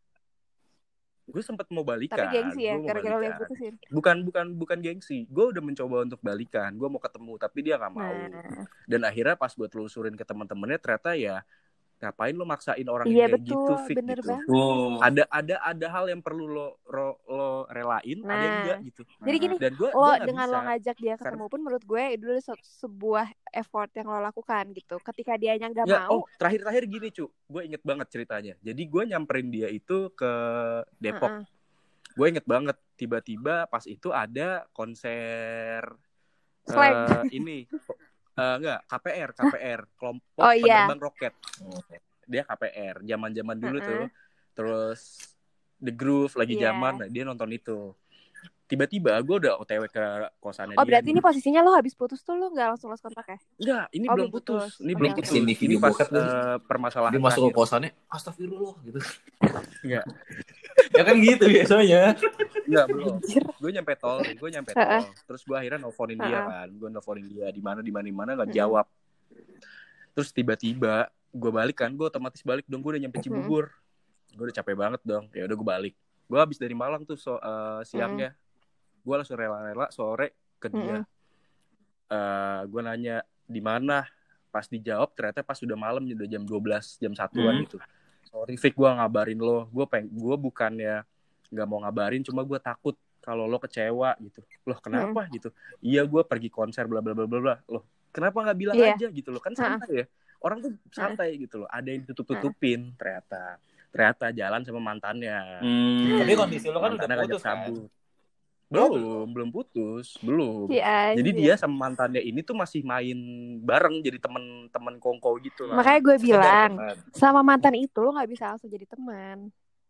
Gue sempet mau balikan. Tapi gengsi ya, Gua mau gara-gara lu yang balikan. putusin. Bukan bukan bukan gengsi. Gue udah mencoba untuk balikan. Gue mau ketemu, tapi dia nggak mau. Nah, Dan akhirnya pas gue telusurin ke teman-temannya, ternyata ya ngapain lo maksain orang iya yang kayak betul, gitu, Fik, bener gitu. banget. Oh. Ada ada ada hal yang perlu lo lo, lo relain, ada yang Nah. enggak gitu. Jadi gini, Dan gue lo nggak dengan bisa. lo ngajak dia ketemu pun menurut gue itu adalah se- sebuah effort yang lo lakukan gitu. Ketika dia yang gak Nggak, mau, oh terakhir-terakhir gini cu, gue inget banget ceritanya. Jadi gue nyamperin dia itu ke Depok. uh-uh. Gue inget banget, tiba-tiba pas itu ada konser Slang. eh, ini eh, enggak K P R K P R kelompok Oh, iya. penerbang roket. Dia K P R zaman-zaman dulu Uh-uh. tuh. Terus The Groove lagi Iya. zaman, nah, dia nonton itu. Tiba-tiba gue udah O T W ke kosannya Oh dia. berarti nih. ini posisinya lo habis putus tuh lo gak langsung lost kontak ya? Enggak, ini Oh, belum belum putus. putus. Ini Oke, belum oke. putus. Ini Ini video pas bokep lagi. eh, permasalahan Dia masuk ke terakhir. kosannya, astagfirullah gitu. Enggak, Ya kan gitu biasanya. enggak belum. Anjir. Gue nyampe tol, nih, gue nyampe Heeh. tol. Terus gue akhirnya nelfonin dia Heeh. kan. Gue nelfonin dia di mana di mana di mana nggak Mm-mm. jawab. Terus tiba-tiba gue balik kan, gue otomatis balik dong. Gue udah nyampe Cibubur. Gue udah capek banget dong. Ya udah gue balik. Gue habis dari Malang tuh so, eh, siangnya. Gue langsung rela-rela sore ke dia. Eh, gue nanya di mana. Pas dijawab ternyata pas udah malam udah jam dua belas, jam satuan Hmm. gitu. Sorry Fik, gue ngabarin lo. Gue peng, gue bukannya nggak mau ngabarin, cuma gue takut kalau lo kecewa gitu. Loh kenapa gitu? Iya gue pergi konser bla bla bla bla bla. Loh kenapa nggak bilang Iya. aja gitu loh? Kan santai ya. Orang tuh santai gitu loh. Ada yang ditutup-tutupin ternyata. Ternyata jalan sama mantannya. Hmm. Tapi kondisi lo kan udah Mantannya ngajak putus kan. cabut. Belum, belum putus, belum. Iya, Jadi anjir. dia sama mantannya ini tuh masih main bareng jadi temen-temen kongko gitu lah. Makanya gue bilang Teman. sama mantan itu lo nggak bisa langsung jadi teman.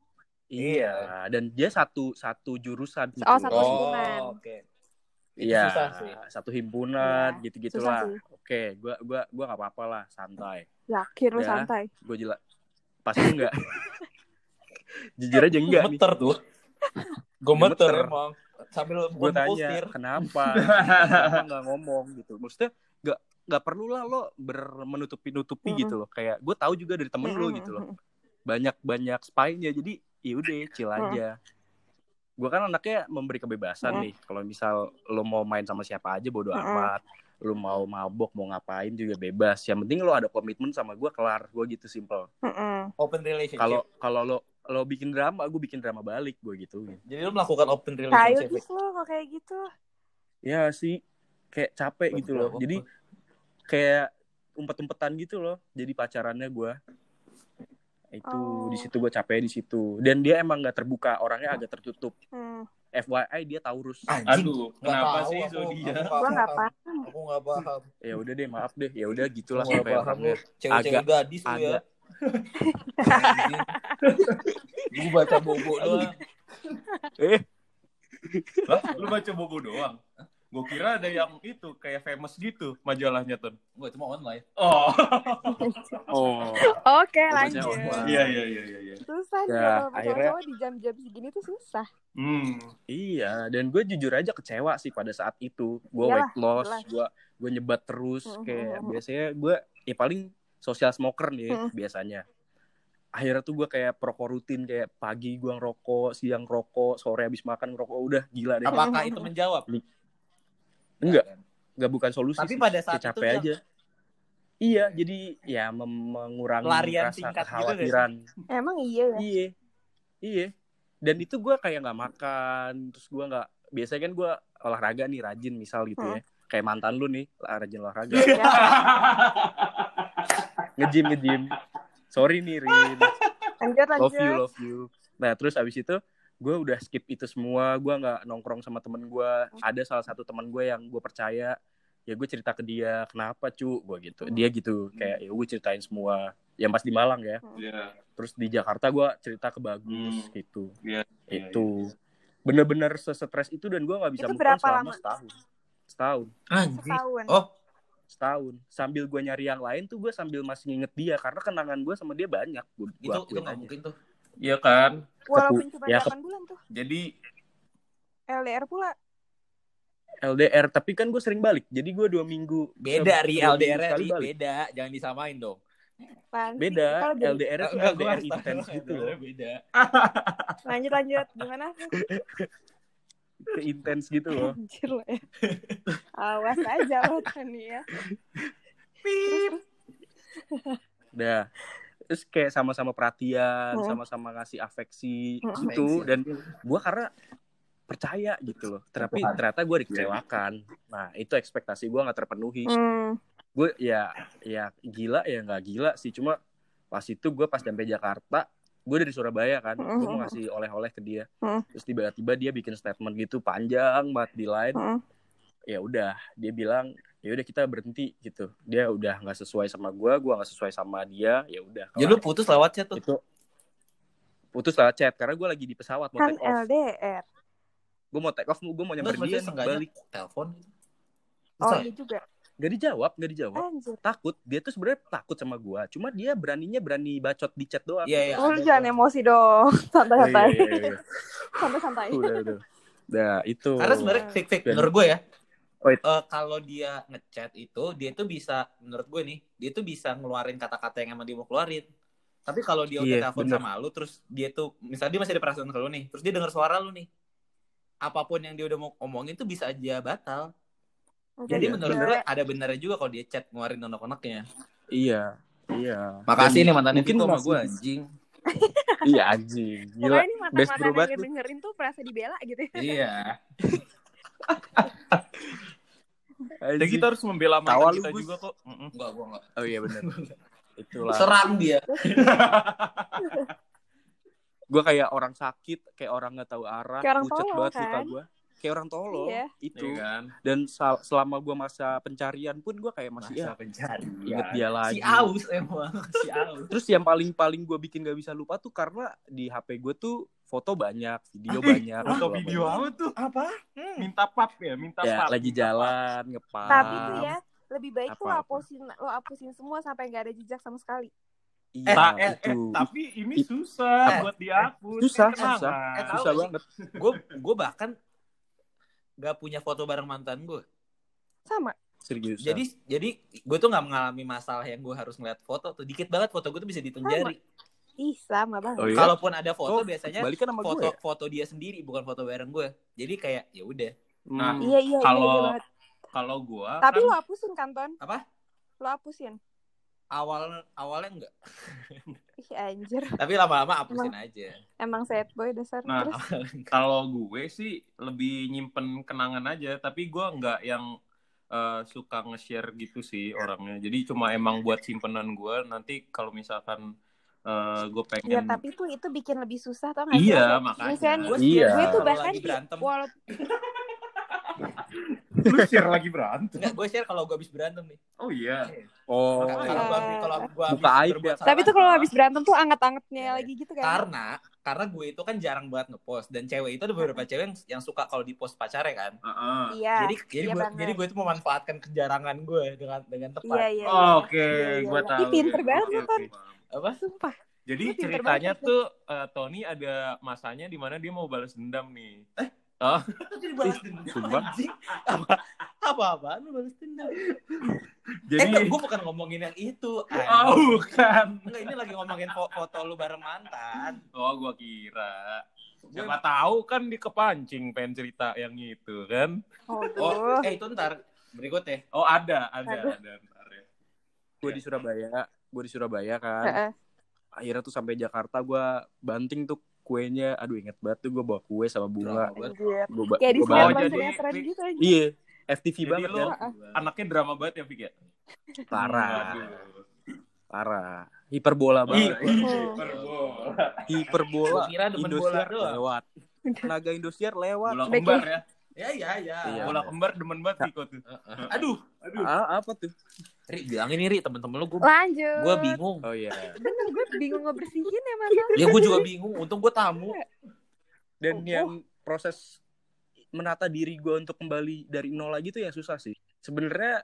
Iya, dan dia satu satu jurusan gitu. Oh, satu Oh, himpunan. oke. Itu Iya, susah sih. satu himpunan Iya, gitu-gitulah. susah sih. Oke, gua gua gua nggak apa-apa lah, santai. Yakin lo Ya. santai. Gue jelas pasti enggak. Jujur aja enggak nih. Gemeter tuh. Gue Gemeter. meter emang. Sambil Gue tanya postir. kenapa, kenapa nggak ngomong gitu. Maksudnya nggak nggak perlu lah lo bermenutupi-nutupi Mm. gitu loh. Kayak gue tahu juga dari temen lo gitu loh. Banyak banyak spy-nya, jadi yaudah chill aja. Gue kan anaknya memberi kebebasan Mm. nih. Kalau misal lo mau main sama siapa aja bodo Mm. amat. Lo mau mabok mau ngapain juga bebas. Yang penting lo ada komitmen sama gue, kelar. Gue gitu simple. Mm-mm. Open relationship. Kalau kalau lo lo bikin drama, gue bikin drama balik, gue gitu. Jadi lo melakukan open Kayu relationship. dis lo kok kayak gitu. Ya sih, kayak capek gitu loh. Betul. Jadi kayak umpet-umpetan gitu loh. Jadi pacarannya gue. Itu Oh. di situ gue capek di situ. Dan dia emang nggak terbuka, orangnya agak tertutup. Hmm. F Y I dia Taurus. Anjing. Aduh, Nggak kenapa tahu, sih aku- zodiak? aku Gue nggak paham. paham. Aku nggak paham. Ya udah deh, maaf deh. Ya udah gitulah Aku nggak sampai paham lo. orangnya. Cewek-cewek Agak- gadis lo ya. agak- Gue baca bobo doang. Eh, Lah, lu baca bobo doang? Gue kira ada yang itu, kayak famous gitu majalahnya, Ton. Gue cuma online. Oh. oh. Oke Pokoknya lanjut. online. Iya, iya, iya, iya. iya. Susah Ya, nih kalau sama akhirnya- cowok di jam-jam segini tuh susah. Hmm. Iya, dan gue jujur aja kecewa sih pada saat itu. Gue Iyalah, weight loss, jelas. gue gue nyebat terus. Mm, Kayak mm, mm. biasanya gue ya paling social smoker nih Mm. biasanya. Akhirnya tuh gue kayak perokok rutin, kayak pagi gue ngerokok, siang ngerokok, sore habis makan ngerokok, udah gila deh. Apakah itu menjawab? Enggak. kan? nggak bukan solusi. Tapi sih. pada saat Kayak itu capek yang aja. Iya, jadi ya mem- mengurangi Pelarian rasa singkat gitu kekhawatiran. Emang iya ya. Iya, iya. Dan itu gue kayak nggak makan, terus gue nggak. Biasanya kan gue olahraga nih, rajin misal gitu Hmm. ya. Kayak mantan lu nih, rajin olahraga. Ya. Ngejim, ngejim. Sorry nih, Rin. Lanjut lanjut. Love you, love you. Nah, terus abis itu gue udah skip itu semua. Gue nggak nongkrong sama temen gue. Ada salah satu teman gue yang gue percaya. Ya gue cerita ke dia, kenapa cu? Gue gitu. Dia gitu, kayak ya gue ceritain semua. Yang pas di Malang ya. Iya. Terus di Jakarta gue cerita ke Bagus Hmm. gitu. Iya. Itu bener-bener sesetres itu dan gue nggak bisa Itu move on berapa selama lama? setahun. Setahun. anjing. Setahun. Oh, Setahun. Sambil gue nyari yang lain tuh gue sambil masih nginget dia karena kenangan gue sama dia banyak. Gue itu itu akuin nggak aja. mungkin tuh. Iya kan? Walaupun cuma ya, delapan bulan tuh. Jadi L D R pula. L D R tapi kan gue sering balik. Jadi gue dua minggu. Beda se- Ri, dua L D minggu R sekali Ri, balik. beda, jangan disamain dong. Apaan sih? Beda. Kalau jadi- L D R itu Enggak, L D gua R harus tahu, intens gitu L D R loh. beda. Lanjut lanjut. Gimana? Ke intens gitu loh. Anjir lo ya. Awas aja lo Tani ya. Udah. Terus kayak sama-sama perhatian, Hmm. sama-sama ngasih afeksi Hmm. gitu. Afeksi. Dan gue karena percaya gitu loh. Tapi ternyata gue dikecewakan. Nah itu ekspektasi gue nggak terpenuhi. Hmm. Gue ya ya gila ya nggak gila sih. Cuma pas itu gue pas sampai Jakarta, gue dari Surabaya kan, Hmm. gue mau ngasih oleh-oleh ke dia. Hmm. Terus tiba-tiba dia bikin statement gitu panjang banget di line. Hmm. Ya udah dia bilang ya udah kita berhenti gitu. Dia udah nggak sesuai sama gue, gue nggak sesuai sama dia. Ya udah. Jadi lu putus lewat chat tuh. Itu putus lewat chat karena gue lagi di pesawat mau Kan take off. L D R. Gue mau take off, gue mau nyamperin dia nih, balik. Telepon. Oh Bisa. iya juga. Gak dijawab, gak dijawab. Anjir. Takut, dia tuh sebenarnya takut sama gue. Cuma dia beraninya berani bacot di chat doang. Iya, iya. Lu ada jangan tuh. emosi dong. Santai-santai. Iya, iya, iya. Santai-santai. Udah, udah. Nah, itu. Karena sebenarnya fake fake Dan- menurut gue ya. Oh, itu. eh, kalau dia ngechat itu, dia tuh bisa menurut gue nih, dia tuh bisa ngeluarin kata-kata yang emang dia mau keluarin. Tapi kalau dia udah Iya, telepon bener. sama lu, terus dia tuh, misalnya dia masih ada perasaan ke lu nih, terus dia dengar suara lu nih, apapun yang dia udah mau omongin tuh bisa aja batal. Jadi Iya, menurut juga. gue ada benernya juga kalau dia chat ngeluarin unek-uneknya. Iya, iya. Makasih Dan nih mantan mungkin itu sama masih- gue anjing. Iya, anjing. Gila. Pokoknya ini Best mata-mata berobat yang lu. dengerin tuh perasa dibela gitu ya. Iya. Dan Anjing. kita harus membela Tawa mantan lu, kita Gus. juga kok. Mm-mm. Enggak, gue enggak. Oh iya benar. Itulah. Serang dia. Gue kayak orang sakit, kayak orang nggak tahu arah, Kayak orang pucat tolol, banget muka kan? gue. Kayak orang tolol. Iya. Itu. Iya kan? Dan sal- selama gue masa pencarian pun gue kayak masih Masa ya pencarian. inget dia lagi. Si Aus emang, si Aus. Terus yang paling-paling gue bikin gak bisa lupa tuh karena di H P gue tuh foto banyak, video banyak. Foto bla, bla, video bla. apa tuh? Apa? Minta pap ya, minta Ya pap. lagi minta pap. jalan ngepam. Tapi tuh ya, lebih baik tuh lo Apa-apa. hapusin, lo hapusin semua sampai nggak ada jejak sama sekali. Iya Eh, eh, itu. eh, tapi ini It- susah Eh, buat dihapus. susah, Kenapa? susah, Eh, tahu susah gak sih? banget. Gue gue bahkan gak punya foto bareng mantan gue. Sama. Serius. Jadi jadi gue tuh nggak mengalami masalah yang gue harus ngeliat foto tuh. Dikit banget foto gue tuh bisa dihitung jari. Ih, sama banget. Oh, iya? Kalaupun ada foto Oh, biasanya balikan sama foto gue ya? foto dia sendiri bukan foto bareng gue. Jadi kayak ya udah. Nah, Hmm. Iya, iya, Kalau- iya, iya banget. Kalau gua Tapi kan lo hapusin kan, Ton? Apa? Lo hapusin. Awal awalnya enggak. Ih, anjir. Tapi lama-lama hapusin aja. Emang sad boy dasar. Nah, Terus, kalau gue sih lebih nyimpen kenangan aja, tapi gue nggak yang eh, suka nge-share gitu sih orangnya. Jadi cuma emang buat simpenan gue. Nanti kalau misalkan eh, gue ya pengen, tapi tuh itu bikin lebih susah tau gak sih? iya Kayak makanya. misalnya Gue Iya. gue tuh kalau bahkan lagi berantem. walaupun Lu share lagi berantem. Enggak, gue share kalau gue habis berantem nih. Oh iya. Oh. Kalau gue habis kalau gue habis Buka aib berbuat ya. salah, tapi tuh kalau habis berantem tuh anget-angetnya Iya. lagi gitu kan. karena karena gue itu kan jarang banget ngepost dan cewek itu ada beberapa cewek yang, yang suka kalau di post pacarnya kan. Heeh. Iya. jadi jadi iya gue banget. jadi gue itu memanfaatkan kejarangan gue dengan dengan tepat. Iya, iya. Oh, Oke, Iya, iya, gue iya. tahu. Ih, pinter ya. banget Oke, lu, Ton. oke. Apa? Sumpah. Jadi Lu pinter ceritanya banget, tuh eh, Tony ada masanya di mana dia mau balas dendam nih. Eh? Oh, Jadi balas dendam. Sumpah. Anjing. Apa apa-apaan lu balas dendam? jadi Eh, enggak, gue bukan ngomongin yang itu. oh anjing. bukan. Enggak, ini lagi ngomongin fo- foto lu bareng mantan. Oh, gua kira. Siapa tahu kan di kepancing pengen cerita yang itu kan. Oh, Oh, eh itu ntar berikutnya. Oh ada, ada, Aduh. ada. Ntar ya. Gue di Surabaya, gue di Surabaya kan. Heeh. Akhirnya tuh sampai Jakarta gue banting tuh kuenya. Aduh inget banget tuh gue bawa kue sama bunga. Drama banget. Anjir. Gue ba- Kayak di gua Oh, sinetron banting. jadi- sinetron gitu aja. Iya, F T V Jadi banget lu kan. anaknya drama banget ya, Fik ya? Parah, Aduh. parah. Hiperbola banget. Ih, gua. hiperbola. Hiperbola. Gua kira demen bola Indosiar doang. lewat. Tenaga Indosiar lewat. Bola Back- kembar ya. Ya ya ya. Iya. Bola kembar demen banget Viko tuh. Aduh, Aduh. Ah, apa tuh? Ri bilang ini Ri temen-temen lu gue Lanjut. gue bingung. Oh iya. Bener, gue bingung ngebersihin ya masalah. Ya gue juga bingung. Untung gue tamu. Dan Oh. yang proses menata diri gue untuk kembali dari nol lagi tuh yang susah sih. Sebenarnya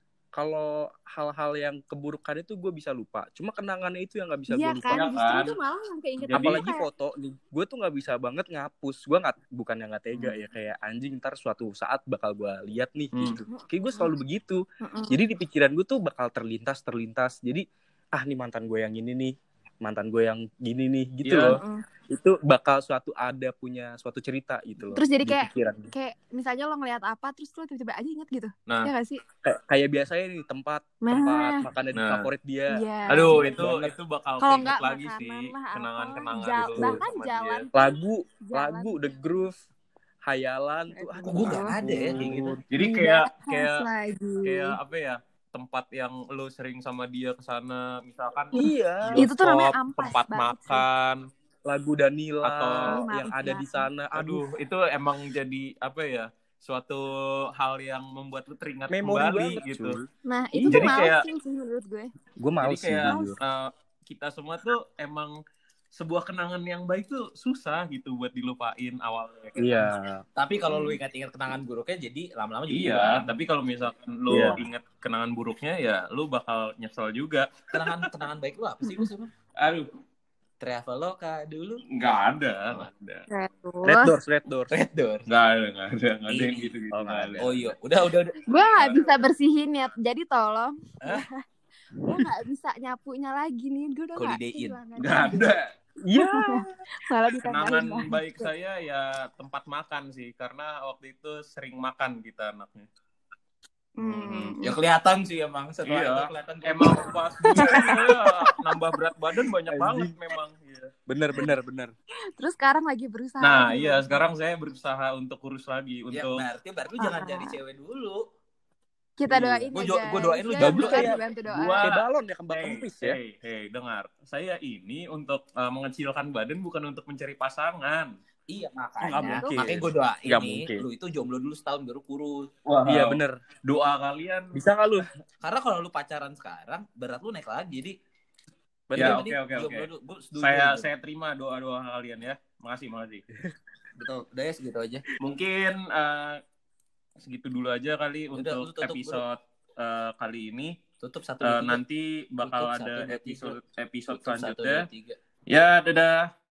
kalau hal-hal yang keburukan itu gue bisa lupa. Cuma kenangannya itu yang nggak bisa Iya gue lupa. kan, Ya justru kan? itu malah yang keinget Jadi- Apalagi kayak, foto nih, gue tuh nggak bisa banget ngapus. Gue nggak, bukan yang nggak tega ya, kayak anjing ntar suatu saat bakal gue lihat nih Hmm. gitu. Kayak gue selalu begitu. "Mm-mm." Jadi di pikiran gue tuh bakal terlintas terlintas. Jadi ah nih mantan gue yang ini nih, mantan gue yang gini nih gitu Iya. loh. Mm-mm. Itu bakal suatu ada punya suatu cerita gitu loh. Terus jadi di kayak- pikiran. Kayak misalnya lo ngeliat apa, terus lo tiba-tiba aja inget gitu. Nah. Ya gak sih? Kayak, kayak biasanya nih tempat Nah. tempat makanan Nah. favorit dia. Iya. Aduh, Ingat itu banget. itu bakal Kalau keinget nggak lagi makanan sih lah, kenangan-kenangan apa, itu jal- bahkan sama jalan. dia. Lagu, Jalan. lagu The Groove, Hayalan tuh. Aduh. Kok gue gak ada ya kayak gitu. Jadi kayak Dibahas kayak lagi. kayak apa ya? Tempat yang lu sering sama dia ke sana, misalkan Iya. Itu tuh namanya bioskop, ampas tempat banget sih. makan. Lagu Danila Atau- yang ada di sana. Aduh, Aduh, itu emang jadi apa ya? Suatu hal yang membuat lu teringat memori kembali banget gitu. cuy. Nah, Iya, itu tuh jadi males kayak- sih menurut gue. Gue mau Jadi sih. kayak jujur. uh, kita semua tuh emang sebuah kenangan yang baik tuh susah gitu buat dilupain awalnya. kan. Iya. Tapi kalau lu ingat-ingat kenangan buruknya jadi lama-lama jadi Iya, hilang. tapi kalau misalkan lu Iya. inget kenangan buruknya ya lu bakal nyesel juga. Kenangan kenangan baik lu apa sih Gus? Emang? Aduh, Traveloka dulu. nggak ada, nggak ada. Red Doors, Red Doors. Red Door. Nggak ada, nggak ada, nggak ada yang gitu-gitu. Oh, nggak nggak ada. Oh iya, udah udah udah. Gue gak bisa bersihin ya, jadi tolong. Hah? Gue gak bisa nyapunya lagi nih, gue udah gak Holiday Inn. kehilangan. Nggak ada. Iya. Malah ditanyain Kenangan lagi. baik saya ya tempat makan sih, karena waktu itu sering makan kita anaknya. Hmm. Ya kelihatan sih emang setelah Iya. itu kelihatan. Emang pas dulu saya nambah berat badan banyak Anjing. banget memang. Iya. Bener, bener, bener. Terus sekarang lagi berusaha. Nah gitu. iya sekarang saya berusaha untuk kurus lagi Ya, untuk berarti berarti lu jangan Ah. cari cewek dulu. Kita Iya. doain Gua ya jo- guys. gua doain lu Ya, jomblo bukan kayak dibantu doa. gua. Kayak balon ya, kembang Hey, kempis ya. hey, hey, dengar. Saya ini untuk uh, mengecilkan badan bukan untuk mencari pasangan. Iya Nggak makanya. mungkin. Makanya gue doain Nggak nih, mungkin. lu itu jomblo dulu setahun baru kurus. Wah, Iya, bener. Doa kalian. Bisa nggak lu? Karena kalau lu pacaran sekarang, berat lu naik lagi. Jadi Bener. Ya, mending oke, oke, jomblo oke. dulu. Gua setuju Saya itu. saya terima doa-doa kalian ya. Makasih, makasih. Betul. Udah ya segitu aja. Mungkin uh, segitu dulu aja kali Udah, lu untuk tutup, episode uh, kali ini. Tutup satu Uh, dua, tiga. nanti bakal Tutup, ada satu, dua, episode tiga. episode Tutup, satu, selanjutnya. dua, tiga. Ya, dadah.